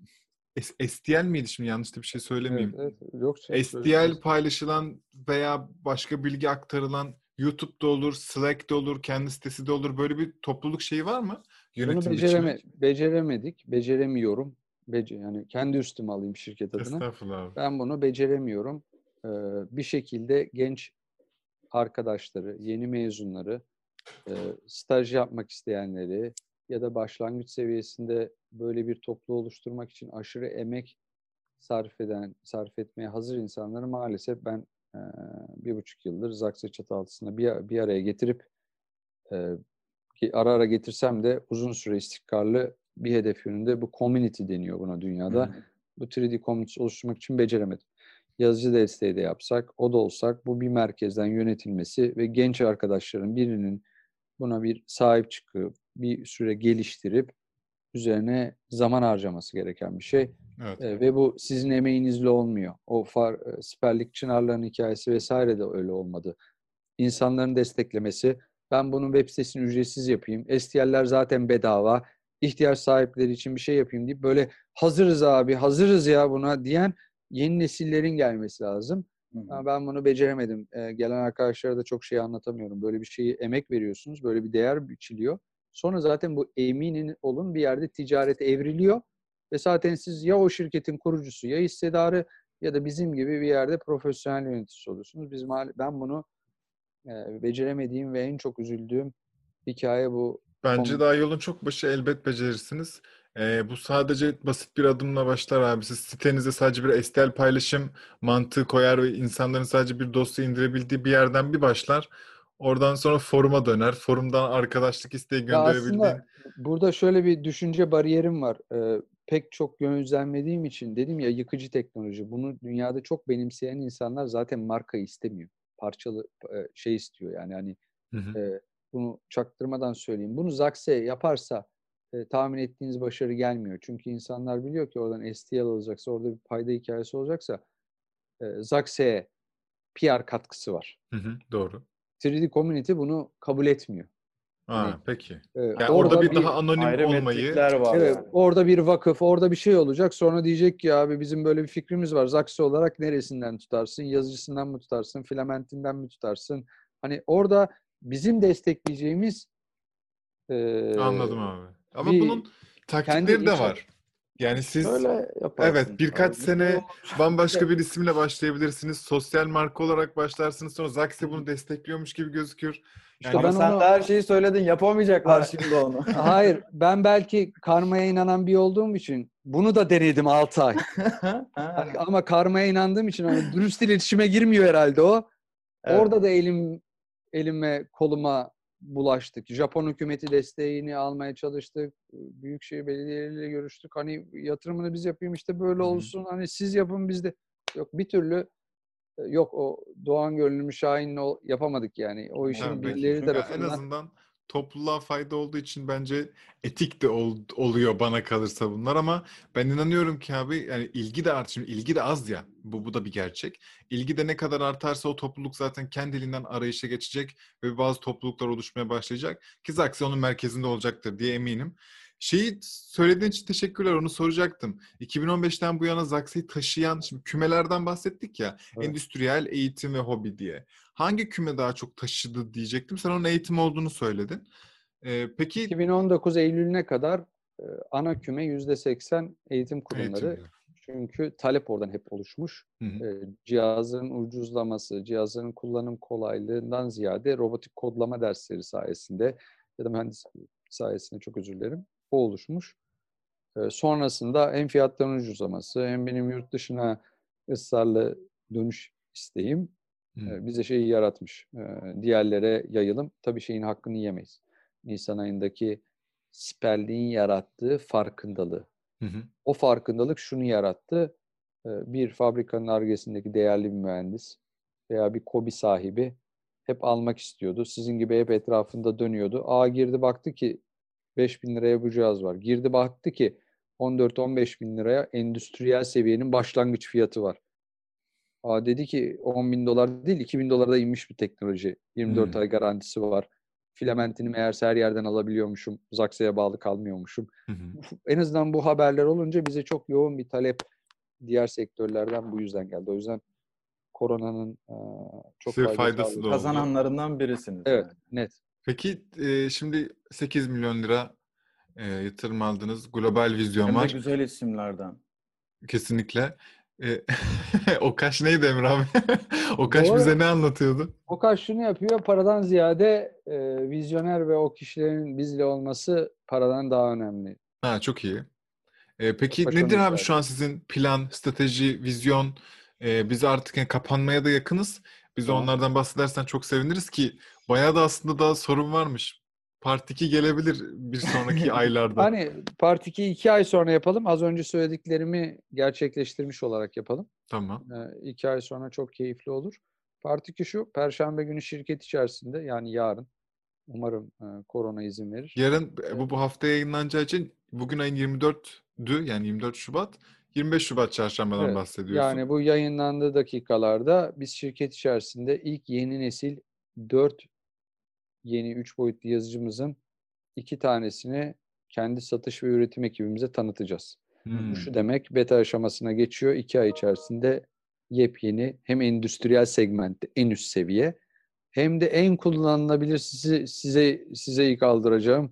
STL miydi, şimdi yanlış da bir şey Evet, söylemeyeyim. evet. Yok, STL paylaşılan veya başka bilgi aktarılan YouTube'da olur, Slack'te olur, kendi sitesi de olur. Böyle bir topluluk şeyi var mı? bunu Yönetim biçimi. beceremedik. Beceremiyorum. Yani kendi üstüme alayım şirket adına. Estağfurullah abi. Ben bunu beceremiyorum. Bir şekilde genç arkadaşları, yeni mezunları, staj yapmak isteyenleri ya da başlangıç seviyesinde böyle bir topluluğu oluşturmak için aşırı emek sarf etmeye hazır insanları maalesef ben 1,5 yıldır Zakse çatı altında bir araya getirip ara ara getirsem de uzun süre istikrarlı bir hedef yönünde, bu community deniyor buna Hı dünyada. hı. Bu 3D community oluşturmak için beceremedim. Yazıcı desteği de yapsak, o da olsak, bu bir merkezden yönetilmesi ve genç arkadaşların birinin buna bir sahip çıkıp bir süre geliştirip üzerine zaman harcaması gereken bir şey. Evet. Ve bu sizin emeğinizle olmuyor. O siperlik Çınarların hikayesi vesaire de öyle olmadı. İnsanların desteklemesi, ben bunun web sitesini ücretsiz yapayım, STL'ler zaten bedava, ihtiyaç sahipleri için bir şey yapayım deyip böyle hazırız abi, hazırız ya buna diyen yeni nesillerin gelmesi lazım. Hı hı. Ben bunu beceremedim. Gelen arkadaşlara da çok şey anlatamıyorum. Böyle bir şeyi emek veriyorsunuz, böyle bir değer biçiliyor. Sonra zaten bu, eminin olun, bir yerde ticarete evriliyor ve zaten siz ya o şirketin kurucusu ya hissedarı ya da bizim gibi bir yerde profesyonel yöneticisi oluyorsunuz. Ben bunu beceremediğim ve en çok üzüldüğüm hikaye bu. Bence daha yolun çok başı, elbet becerirsiniz. Bu sadece basit bir adımla başlar abi. Siz sitenize sadece bir STL paylaşım mantığı koyar ve insanların sadece bir dosya indirebildiği bir yerden bir başlar. Oradan sonra foruma döner. Forumdan arkadaşlık isteği Ya gönderebildiğin. aslında burada şöyle bir düşünce bariyerim var. Pek çok gözlemlediğim için dedim ya, yıkıcı teknoloji. Bunu dünyada çok benimseyen insanlar zaten markayı istemiyor. Parçalı şey istiyor yani, hani Hı hı. bunu çaktırmadan söyleyeyim. Bunu Zakse yaparsa tahmin ettiğiniz başarı gelmiyor. Çünkü insanlar biliyor ki oradan STL alacaksa, orada bir payda hikayesi olacaksa Zakse'ye PR katkısı var. Hı hı, doğru. 3D Community bunu kabul etmiyor. Hani Peki. e, Yani orada orada bir bir daha anonim Ayrı olmayı. metrikler var evet, yani. orada bir vakıf, orada bir şey olacak. Sonra diyecek ki abi bizim böyle bir fikrimiz var. Zakse olarak neresinden tutarsın? Yazıcısından mı tutarsın? Filamentinden mi tutarsın? Hani orada bizim destekleyeceğimiz Anladım abi. Ama bir bunun kendi taktikleri de var. Yani siz Şöyle evet yaparsın. birkaç Bir şey sene olur. bambaşka bir isimle başlayabilirsiniz. Sosyal marka olarak başlarsınız. Sonra Zaxi bunu Hı. destekliyormuş gibi gözükür. İşte Yani Ama ben sen de onu her şeyi söyledin. Yapamayacaklar Ha- şimdi onu. hayır, ben belki karmaya inanan bir olduğum için bunu da denedim 6 ay. Ha, Ama karmaya inandığım için hani dürüst iletişime girmiyor herhalde o. evet. Orada da elime koluma bulaştık. Japon hükümeti desteğini almaya çalıştık. Büyükşehir belediyeleriyle görüştük. Hani yatırımını biz yapayım işte böyle Hı hı. olsun. Hani siz yapın biz de. Yok bir türlü yok o Doğan Gönlümü Şahin'le yapamadık yani. O işin Tabii Olmadı. ki. birileri Çünkü en tarafından. azından topluluğa fayda olduğu için bence etik de oluyor bana kalırsa bunlar ama ben inanıyorum ki abi yani ilgi de şimdi ilgi de az ya. Bu da bir gerçek. İlgi de ne kadar artarsa o topluluk zaten kendiliğinden arayışa geçecek ve bazı topluluklar oluşmaya başlayacak ki Zaxi onun merkezinde olacaktır diye eminim. Şeyi söylediğin için teşekkürler. Onu soracaktım. 2015'ten bu yana Zaxi'yi taşıyan, şimdi kümelerden bahsettik ya, Evet. endüstriyel, eğitim ve hobi diye. Hangi küme daha çok taşıdı diyecektim. Sen onun eğitim olduğunu söyledin. Peki 2019 Eylül'üne kadar ana küme %80 eğitim kurumları. eğitimde. Çünkü talep oradan hep oluşmuş. Hı hı. Cihazların ucuzlaması, cihazların kullanım kolaylığından ziyade robotik kodlama dersleri sayesinde ya da mühendis sayesinde çok özür dilerim. O oluşmuş. Sonrasında hem fiyatların ucuzlaması hem benim yurt dışına ısrarlı dönüş isteğim Hı bize şeyi yaratmış. Diğerlere yayılım. Tabii şeyin hakkını yemeyiz. Nisan ayındaki siperliğin yarattığı farkındalığı. hı. Hı. O farkındalık şunu yarattı. Bir fabrikanın Ar-Ge'sindeki değerli bir mühendis veya bir KOBİ sahibi hep almak istiyordu. Sizin gibi hep etrafında dönüyordu. Girdi baktı ki 5.000 liraya bu cihaz var. Girdi baktı ki 14-15 bin liraya endüstriyel seviyenin başlangıç fiyatı var. Dedi ki 10 bin dolar değil 2 bin dolara da inmiş bir teknoloji. 24 Hı ay garantisi var. Filamentini meğerse her yerden alabiliyormuşum. Zaksa'ya bağlı kalmıyormuşum. hı. Hı. En azından bu haberler olunca bize çok yoğun bir talep diğer sektörlerden bu yüzden geldi. O yüzden koronanın çok Size fayda faydası sağladı. da oldu. Kazananlarından birisiniz Evet, yani. net. Peki şimdi 8 milyon lira yatırım aldınız. Global vizyon Hem de var. güzel isimlerden. Kesinlikle. E, o kaş neydi Emre abi? O kaş bize Doğru. ne anlatıyordu? Okaş şunu yapıyor. Paradan ziyade vizyoner ve o kişilerin bizle olması paradan daha önemli. Ha, çok iyi. Tek Peki başına nedir abi ifade şu an ediyor. sizin plan, strateji, vizyon? Biz artık yani kapanmaya da yakınız. Bize Tamam. onlardan bahsedersen çok seviniriz ki bayağı da aslında daha sorun varmış. Part 2 gelebilir bir sonraki aylarda. Hani Part 2'yi 2 ay sonra yapalım. Az önce söylediklerimi gerçekleştirmiş olarak yapalım. Tamam. 2 ay sonra çok keyifli olur. Part 2 şu. Perşembe günü şirket içerisinde yani yarın umarım korona izin verir. Yarın E, bu haftaya yayınlanacağı için bugün ayın 24'dü yani 24 Şubat. 25 Şubat çarşambadan Evet. bahsediyorsun. Yani bu yayınlandığı dakikalarda biz şirket içerisinde ilk yeni nesil 4 yeni 3 boyutlu yazıcımızın 2 tanesini kendi satış ve üretim ekibimize tanıtacağız. Bu Hmm. şu demek, beta aşamasına geçiyor. 2 ay içerisinde yepyeni hem endüstriyel segmentte en üst seviye hem de en kullanılabilir size ilk aldıracağım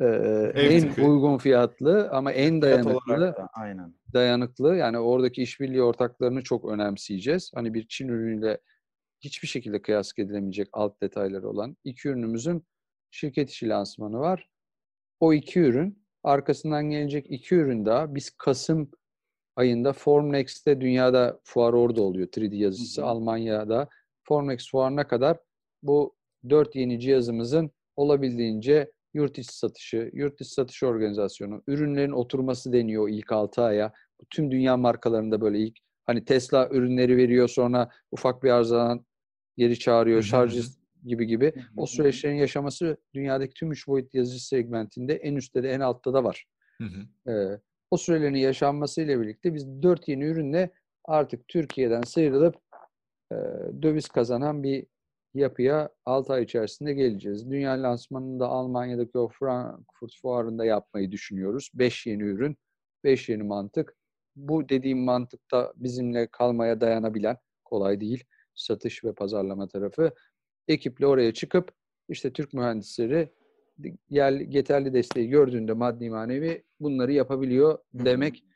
Ev en tipi. uygun fiyatlı ama en Fiyat olarak dayanıklı da aynen. yani oradaki işbirliği ortaklarını çok önemseyeceğiz. Hani bir Çin ürünüyle hiçbir şekilde kıyas edilemeyecek alt detayları olan iki ürünümüzün şirket içi lansmanı var. O iki ürün, arkasından gelecek iki ürün daha. Biz Kasım ayında Formnext'te dünyada fuar orada oluyor. 3D yazıcısı Hı hı. Almanya'da. Formnext fuarına kadar bu 4 yeni cihazımızın olabildiğince yurt içi satışı, yurt dışı satış organizasyonu, ürünlerin oturması deniyor ilk 6 aya. Tüm dünya markalarında böyle ilk hani Tesla ürünleri veriyor sonra ufak bir arızadan geri Hı çağırıyor, hı hı. şarj gibi gibi. Hı O hı hı. süreçlerin yaşaması dünyadaki tüm 3 boyutlu yazıcı segmentinde en üstte de en altta da var. Hı hı. O sürelerin yaşanmasıyla birlikte biz 4 yeni ürünle artık Türkiye'den sıyrılıp e, döviz kazanan bir yapıya 6 ay içerisinde geleceğiz. Dünya lansmanını da Almanya'daki o Frankfurt fuarında yapmayı düşünüyoruz. 5 yeni ürün, 5 yeni mantık. Bu dediğim mantıkta bizimle kalmaya dayanabilen, kolay değil, satış ve pazarlama tarafı. Ekiple oraya çıkıp işte Türk mühendisleri yeterli desteği gördüğünde maddi manevi bunları yapabiliyor Hı hı. demek.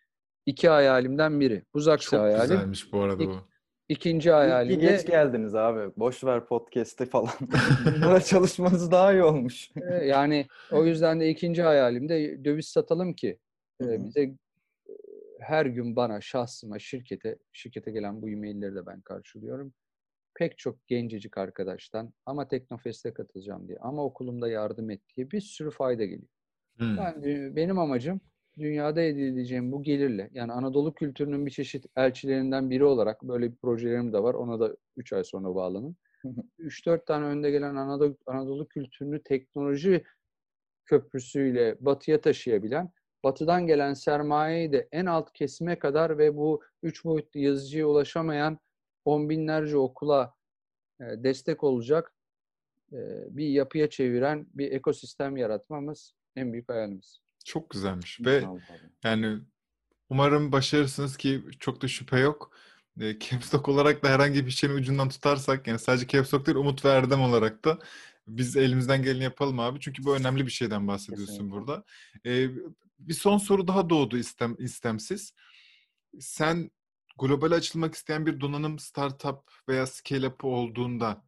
iki hayalimden biri. Buzaksi Çok hayalim. güzelmiş bu arada bu. İkinci İyi hayalim geç de geldiniz abi. Boş ver podcast'i falan. Bunlara çalışmanız daha iyi olmuş. yani o yüzden de ikinci hayalim de döviz satalım ki Hı hı. bize her gün bana, şahsıma, şirkete gelen bu e-mailleri de ben karşılıyorum. Pek çok gencecik arkadaştan ama Teknofest'e katılacağım diye, ama okulumda yardım et diye bir sürü fayda geliyor. Hmm. Benim amacım dünyada elde edeceğim bu gelirle, yani Anadolu kültürünün bir çeşit elçilerinden biri olarak böyle bir projelerim de var. Ona da 3 ay sonra bağlanın. 3-4 tane önde gelen Anadolu kültürünü teknoloji köprüsüyle batıya taşıyabilen, batıdan gelen sermayeyi de en alt kesime kadar ve bu 3 boyutlu yazıcıya ulaşamayan on binlerce okula destek olacak bir yapıya çeviren bir ekosistem yaratmamız en büyük hayalimiz. Çok güzelmiş ve İnşallah abi. yani umarım başarırsınız ki çok da şüphe yok. Caps Lock olarak da herhangi bir şeyin ucundan tutarsak, yani sadece Caps Lock değil, Umut ve Erdem olarak da biz elimizden geleni yapalım abi. Çünkü bu önemli bir şeyden bahsediyorsun Kesinlikle. burada. Bir son soru daha doğdu istemsiz. Sen globale açılmak isteyen bir donanım startup veya scale-up olduğunda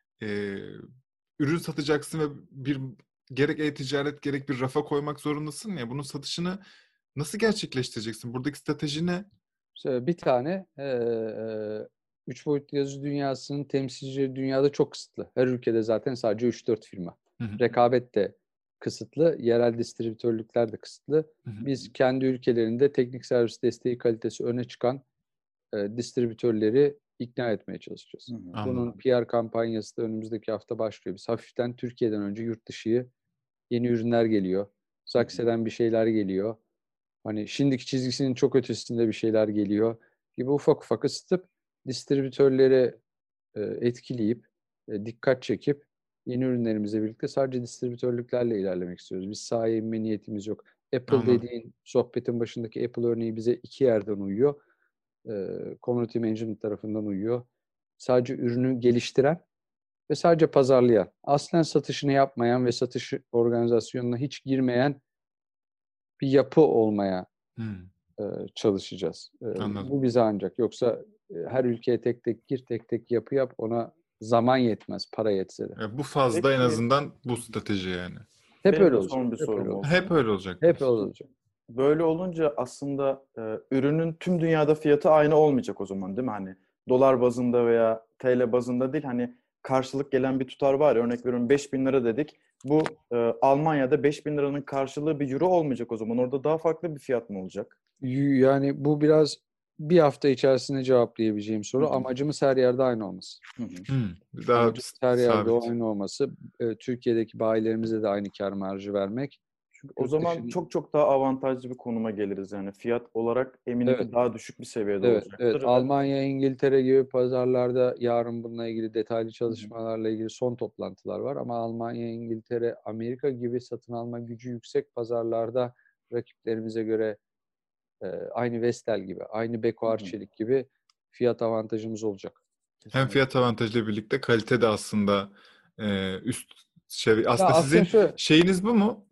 ürün satacaksın ve gerek e-ticaret gerek bir rafa koymak zorundasın ya. Bunun satışını nasıl gerçekleştireceksin? Buradaki strateji ne? Bir tane 3 boyutlu yazıcı dünyasının temsilcileri dünyada çok kısıtlı. Her ülkede zaten sadece 3-4 firma. Hı hı. Rekabet de kısıtlı, yerel distribütörlükler de kısıtlı. Hı hı. Biz kendi ülkelerinde teknik servis desteği kalitesi öne çıkan distribütörleri ikna etmeye çalışacağız. Hı hı. Anladım. Bunun PR kampanyası da önümüzdeki hafta başlıyor. Biz hafiften Türkiye'den önce yurt dışı yeni ürünler geliyor. Zaxxe'den bir şeyler geliyor. Hani şimdiki çizgisinin çok ötesinde bir şeyler geliyor gibi ufak ufak ısıtıp distribütörleri etkileyip dikkat çekip yeni ürünlerimizle birlikte sadece distribütörlüklerle ilerlemek istiyoruz. Biz sahaya inme niyetimiz yok. Apple Anladım. dediğin sohbetin başındaki Apple örneği bize iki yerden uyuyor. Community Management tarafından uyuyor. Sadece ürünü geliştiren ve sadece pazarlayan, aslen satışını yapmayan ve satış organizasyonuna hiç girmeyen bir yapı olmaya çalışacağız. Anladım. Bu bize ancak. Yoksa her ülkeye tek tek gir, tek tek yapı yap. Ona zaman yetmez, para yetse de. Bu fazla en Peki, azından bu strateji yani. Hep benim öyle de olacak. son bir Hep öyle sorum olacak. olsun. Hep öyle olacak. Hep öyle olacak. Böyle olunca aslında ürünün tüm dünyada fiyatı aynı olmayacak o zaman, değil mi? Hani dolar bazında veya TL bazında değil, hani karşılık gelen bir tutar var ya, örnek veriyorum 5.000 lira dedik. Bu Almanya'da 5.000 liranın karşılığı bir euro olmayacak o zaman. Orada daha farklı bir fiyat mı olacak? Yani bu biraz bir hafta içerisinde cevaplayabileceğim soru. Hı hı. Amacımız her yerde aynı olması. Hı hı. Daha Amacımız her yerde sabit. aynı olması. Türkiye'deki bayilerimize de aynı kâr marjı vermek. Çünkü O yurt zaman dışında- çok çok daha avantajlı bir konuma geliriz yani. Fiyat olarak eminim Evet. ki daha düşük bir seviyede Evet. olacaktır. Ve Almanya, İngiltere gibi pazarlarda yarın bununla ilgili detaylı çalışmalarla ilgili son toplantılar var. Ama Almanya, İngiltere, Amerika gibi satın alma gücü yüksek pazarlarda rakiplerimize göre aynı Vestel gibi, aynı Beko Arçelik gibi fiyat avantajımız olacak. Hem fiyat avantajıyla birlikte kalite de aslında üst seviye. Ya Aslında aslında sizin şeyiniz bu mu?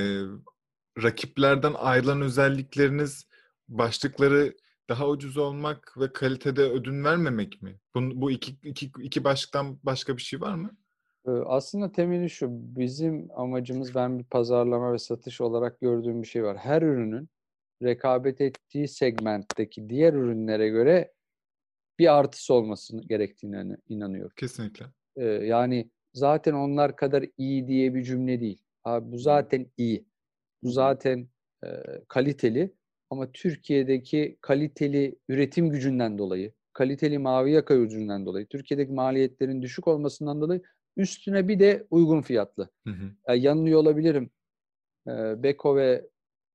Rakiplerden ayrılan özellikleriniz, başlıkları daha ucuz olmak ve kalitede ödün vermemek mi? Bu iki başlıktan başka bir şey var mı? Aslında temeli şu, bizim amacımız, ben bir pazarlama ve satış olarak gördüğüm bir şey var. Her ürünün rekabet ettiği segmentteki diğer ürünlere göre bir artısı olması gerektiğine inanıyorum. Kesinlikle. Yani zaten onlar kadar iyi diye bir cümle değil. Abi bu zaten iyi. Bu zaten kaliteli, ama Türkiye'deki kaliteli üretim gücünden dolayı, kaliteli mavi yaka gücünden dolayı, Türkiye'deki maliyetlerin düşük olmasından dolayı üstüne bir de uygun fiyatlı. Hı hı. Yani yanılıyor olabilirim. Beko ve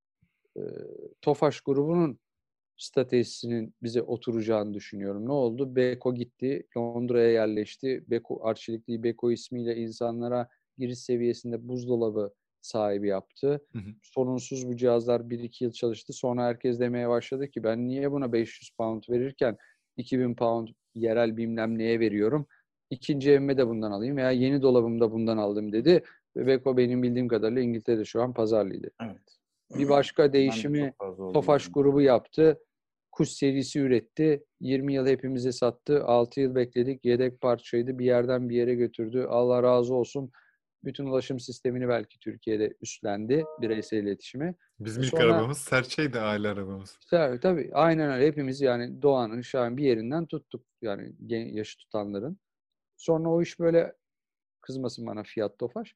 Tofaş grubunun stratejisinin bize oturacağını düşünüyorum. Ne oldu? Beko gitti, Londra'ya yerleşti. Beko, Arçelik'li Beko ismiyle insanlara giriş seviyesinde buzdolabı sahibi yaptı. Hı hı. Sorunsuz bu cihazlar 1-2 yıl çalıştı. Sonra herkes demeye başladı ki ben niye buna 500 pound verirken 2000 pound yerel bilmem neye veriyorum. İkinci evime de bundan alayım veya yeni dolabımda bundan aldım dedi. Ve Beko benim bildiğim kadarıyla İngiltere'de şu an pazar lideri. Evet. Bir başka Ben de değişimi çok fazla olduğunu Tofaş düşünüyorum. grubu yaptı. Kuş serisi üretti. 20 yıl hepimize sattı. 6 yıl bekledik. Yedek parçaydı. Bir yerden bir yere götürdü. Allah razı olsun. Bütün ulaşım sistemini belki Türkiye'de üstlendi. Bireysel iletişimi. Bizim ilk Sonra arabamız Serçe'ydi, aile arabamız. tabii aynen öyle. Hepimiz yani doğanın, şahin bir yerinden tuttuk. Yani yaşı tutanların. Sonra o iş böyle, kızmasın bana Fiat Tofaş.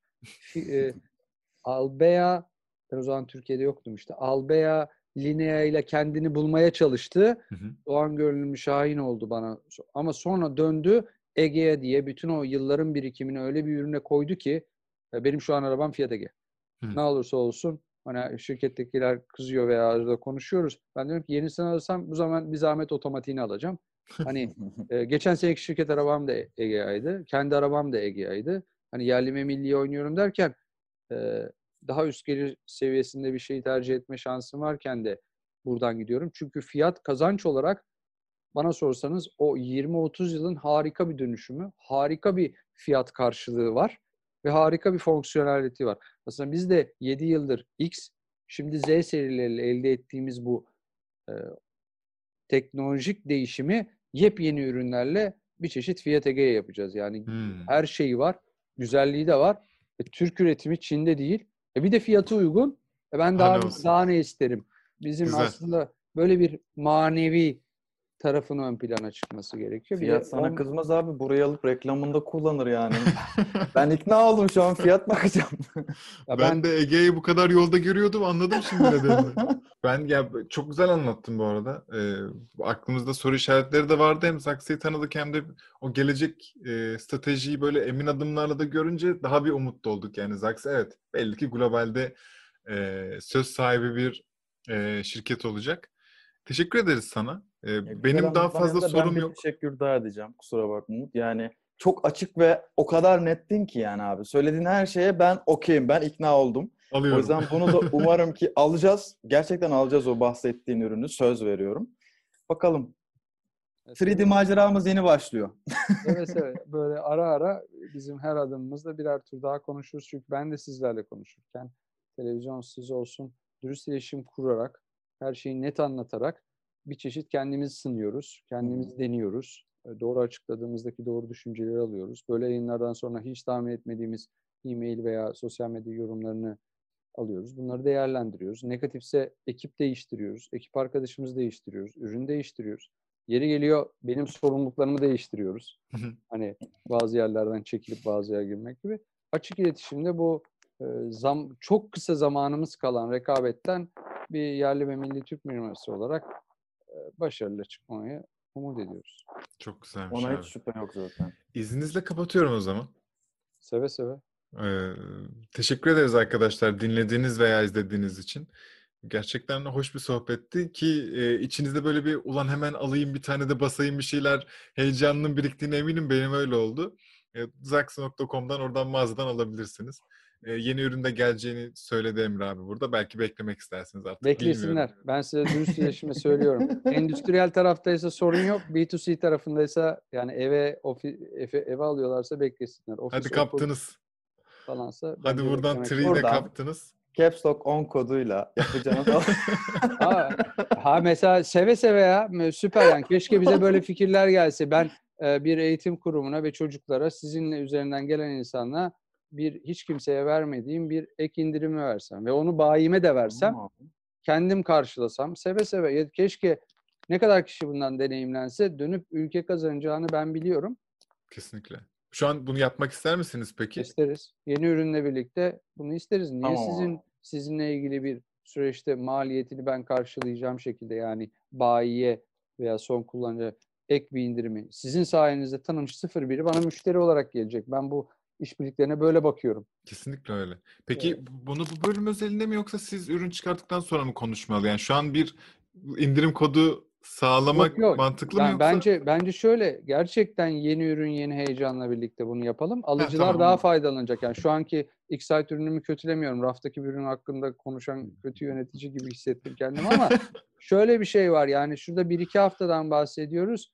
Albea, ben o zaman Türkiye'de yoktum işte. Albea Linea ile kendini bulmaya çalıştı. Hı hı. Doğan Gönüllü Şahin oldu bana. Ama sonra döndü Egea diye bütün o yılların birikimini öyle bir ürüne koydu ki benim şu an arabam Fiat Egea. Hı. Ne olursa olsun hani şirkettekiler kızıyor veya arada konuşuyoruz. Ben diyorum ki yenisini alırsam bu zaman bir zahmet otomatiğini alacağım. Hani geçen seneki şirket arabam da Egea'ydı. Kendi arabam da Egea'ydı. Hani yerli ve milli oynuyorum derken daha üst gelir seviyesinde bir şeyi tercih etme şansım varken de buradan gidiyorum. Çünkü fiyat kazanç olarak bana sorsanız o 20-30 yılın harika bir dönüşümü, harika bir fiyat karşılığı var ve harika bir fonksiyonelite var. Aslında biz de 7 yıldır X, şimdi Z serileriyle elde ettiğimiz bu teknolojik değişimi yepyeni ürünlerle bir çeşit Fiat Egea yapacağız. Yani her şeyi var, güzelliği de var. Türk üretimi Çin'de değil. Bir de fiyatı uygun. Ben daha ne isterim? Bizim Güzel. aslında böyle bir manevi tarafının ön plana çıkması gerekiyor. Fiyat sana kızmaz abi. Burayı alıp reklamında kullanır yani. Ben ikna oldum, şu an fiyat bakacağım. Ben de Ege'yi bu kadar yolda görüyordum. Anladım şimdi nedenini. Ben çok güzel anlattım bu arada. Aklımızda soru işaretleri de vardı. Hem Zax'ı tanıdık hem de o gelecek stratejiyi böyle emin adımlarla da görünce daha bir umutlu olduk. Yani Zax evet belli ki globalde söz sahibi bir şirket olacak. Teşekkür ederiz sana. Benim daha fazla sorum ben yok. bir teşekkür daha edeceğim. Kusura bakma Umut. Yani çok açık ve o kadar nettin ki yani abi. Söylediğin her şeye ben okeyim. Ben ikna oldum. Alıyorum. O yüzden bunu da umarım ki alacağız. Gerçekten alacağız o bahsettiğin ürünü. Söz veriyorum. Bakalım. 3D maceramız yeni başlıyor. Evet. Böyle ara ara bizim her adımımızda birer tur daha konuşuruz. Çünkü ben de sizlerle konuşurken televizyon siz olsun dürüst iletişim kurarak, her şeyi net anlatarak bir çeşit kendimizi sınıyoruz. Kendimizi deniyoruz. Doğru açıkladığımızdaki doğru düşünceleri alıyoruz. Böyle yayınlardan sonra hiç tahmin etmediğimiz e-mail veya sosyal medya yorumlarını alıyoruz. Bunları değerlendiriyoruz. Negatifse ekip değiştiriyoruz. Ekip arkadaşımızı değiştiriyoruz. Ürün değiştiriyoruz. Yeri geliyor benim sorumluluklarımı değiştiriyoruz. Hani bazı yerlerden çekilip bazı yerlere girmek gibi. Açık iletişimde bu çok kısa zamanımız kalan rekabetten bir yerli ve milli Türk firması olarak başarılı çıkmayı umut ediyoruz. Çok güzelmiş Ona abi. hiç şüphe yok zaten. İzninizle kapatıyorum o zaman. Seve seve. Teşekkür ederiz arkadaşlar dinlediğiniz veya izlediğiniz için. Gerçekten hoş bir sohbetti ki içinizde böyle bir ulan hemen alayım bir tane de basayım bir şeyler heyecanının biriktiğine eminim, benim öyle oldu. Zax.com'dan oradan mağazadan alabilirsiniz. Yeni üründe geleceğini söyledi Emre abi burada. Belki beklemek istersiniz artık. Beklesinler. Bilmiyorum. Ben size dürüst iletişimle söylüyorum. Endüstriyel taraftaysa sorun yok. B2C tarafındaysa yani eve alıyorlarsa beklesinler. Hadi kaptınız. Falansa Hadi buradan beklemek tree'yi de kaptınız. Caps Lock 10 koduyla yapacağınız mesela seve seve ya. Süper yani. Keşke bize böyle fikirler gelse. Ben bir eğitim kurumuna ve çocuklara sizinle üzerinden gelen insanlara hiç kimseye vermediğim bir ek indirimi versem ve onu bayime de versem, kendim karşılasam seve seve. Keşke ne kadar kişi bundan deneyimlense dönüp ülke kazanacağını ben biliyorum. Kesinlikle. Şu an bunu yapmak ister misiniz peki? İsteriz. Yeni ürünle birlikte bunu isteriz. Niye sizinle ilgili bir süreçte maliyetini ben karşılayacağım şekilde, yani bayiye veya son kullanıcıya ek bir indirimi sizin sayenizde tanınmış 01'i bana müşteri olarak gelecek. Ben bu işbirliklerine böyle bakıyorum. Kesinlikle öyle. Peki bunu bu bölüm özelinde mi yoksa siz ürün çıkarttıktan sonra mı konuşmalı? Yani şu an bir indirim kodu sağlamak mantıklı mı yoksa? Bence şöyle, gerçekten yeni ürün, yeni heyecanla birlikte bunu yapalım. Alıcılar tamam. daha faydalanacak. Yani şu anki Excite ürünümü kötülemiyorum. Raftaki bir ürün hakkında konuşan kötü yönetici gibi hissettim kendimi ama şöyle bir şey var. Yani şurada 1-2 haftadan bahsediyoruz.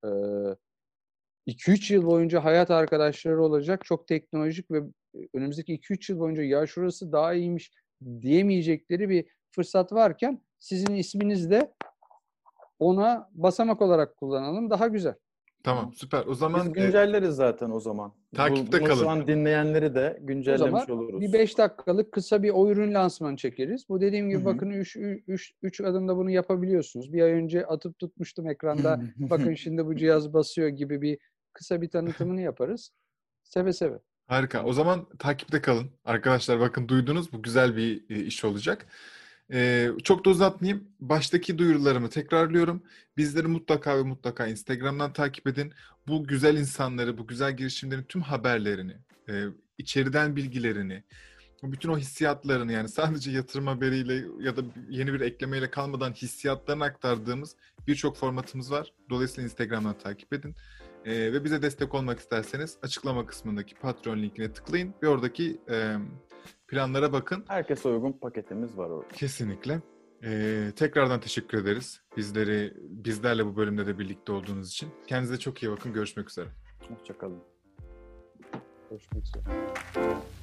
2-3 yıl boyunca hayat arkadaşları olacak. Çok teknolojik ve önümüzdeki 2-3 yıl boyunca ya şurası daha iyiymiş diyemeyecekleri bir fırsat varken sizin isminiz de ona basamak olarak kullanalım. Daha güzel. Tamam, süper. O zaman Biz güncelleriz zaten o zaman. takipte Bunu kalın. şu an dinleyenleri de O güncellemiş zaman oluruz. bir 5 dakikalık kısa bir o ürün lansmanı çekeriz. Bu dediğim gibi Hı hı. bakın 3 adımda bunu yapabiliyorsunuz. Bir ay önce atıp tutmuştum ekranda. Bakın şimdi bu cihaz basıyor gibi bir kısa bir tanıtımını yaparız. Seve seve. Harika. O zaman takipte kalın. Arkadaşlar bakın duydunuz, bu güzel bir iş olacak. Çok da uzatmayayım. Baştaki duyurularımı tekrarlıyorum. Bizleri mutlaka ve mutlaka Instagram'dan takip edin. Bu güzel insanları, bu güzel girişimlerin tüm haberlerini, içeriden bilgilerini, bütün o hissiyatlarını, yani sadece yatırım haberiyle ya da yeni bir eklemeyle kalmadan hissiyatlarını aktardığımız birçok formatımız var. Dolayısıyla Instagram'dan takip edin. Ve bize destek olmak isterseniz açıklama kısmındaki Patreon linkine tıklayın ve oradaki planlara bakın. Herkese uygun paketimiz var orada. Kesinlikle. Tekrardan teşekkür ederiz. Bizlerle bu bölümde de birlikte olduğunuz için. Kendinize çok iyi bakın. Görüşmek üzere. Hoşça kalın. Görüşmek üzere.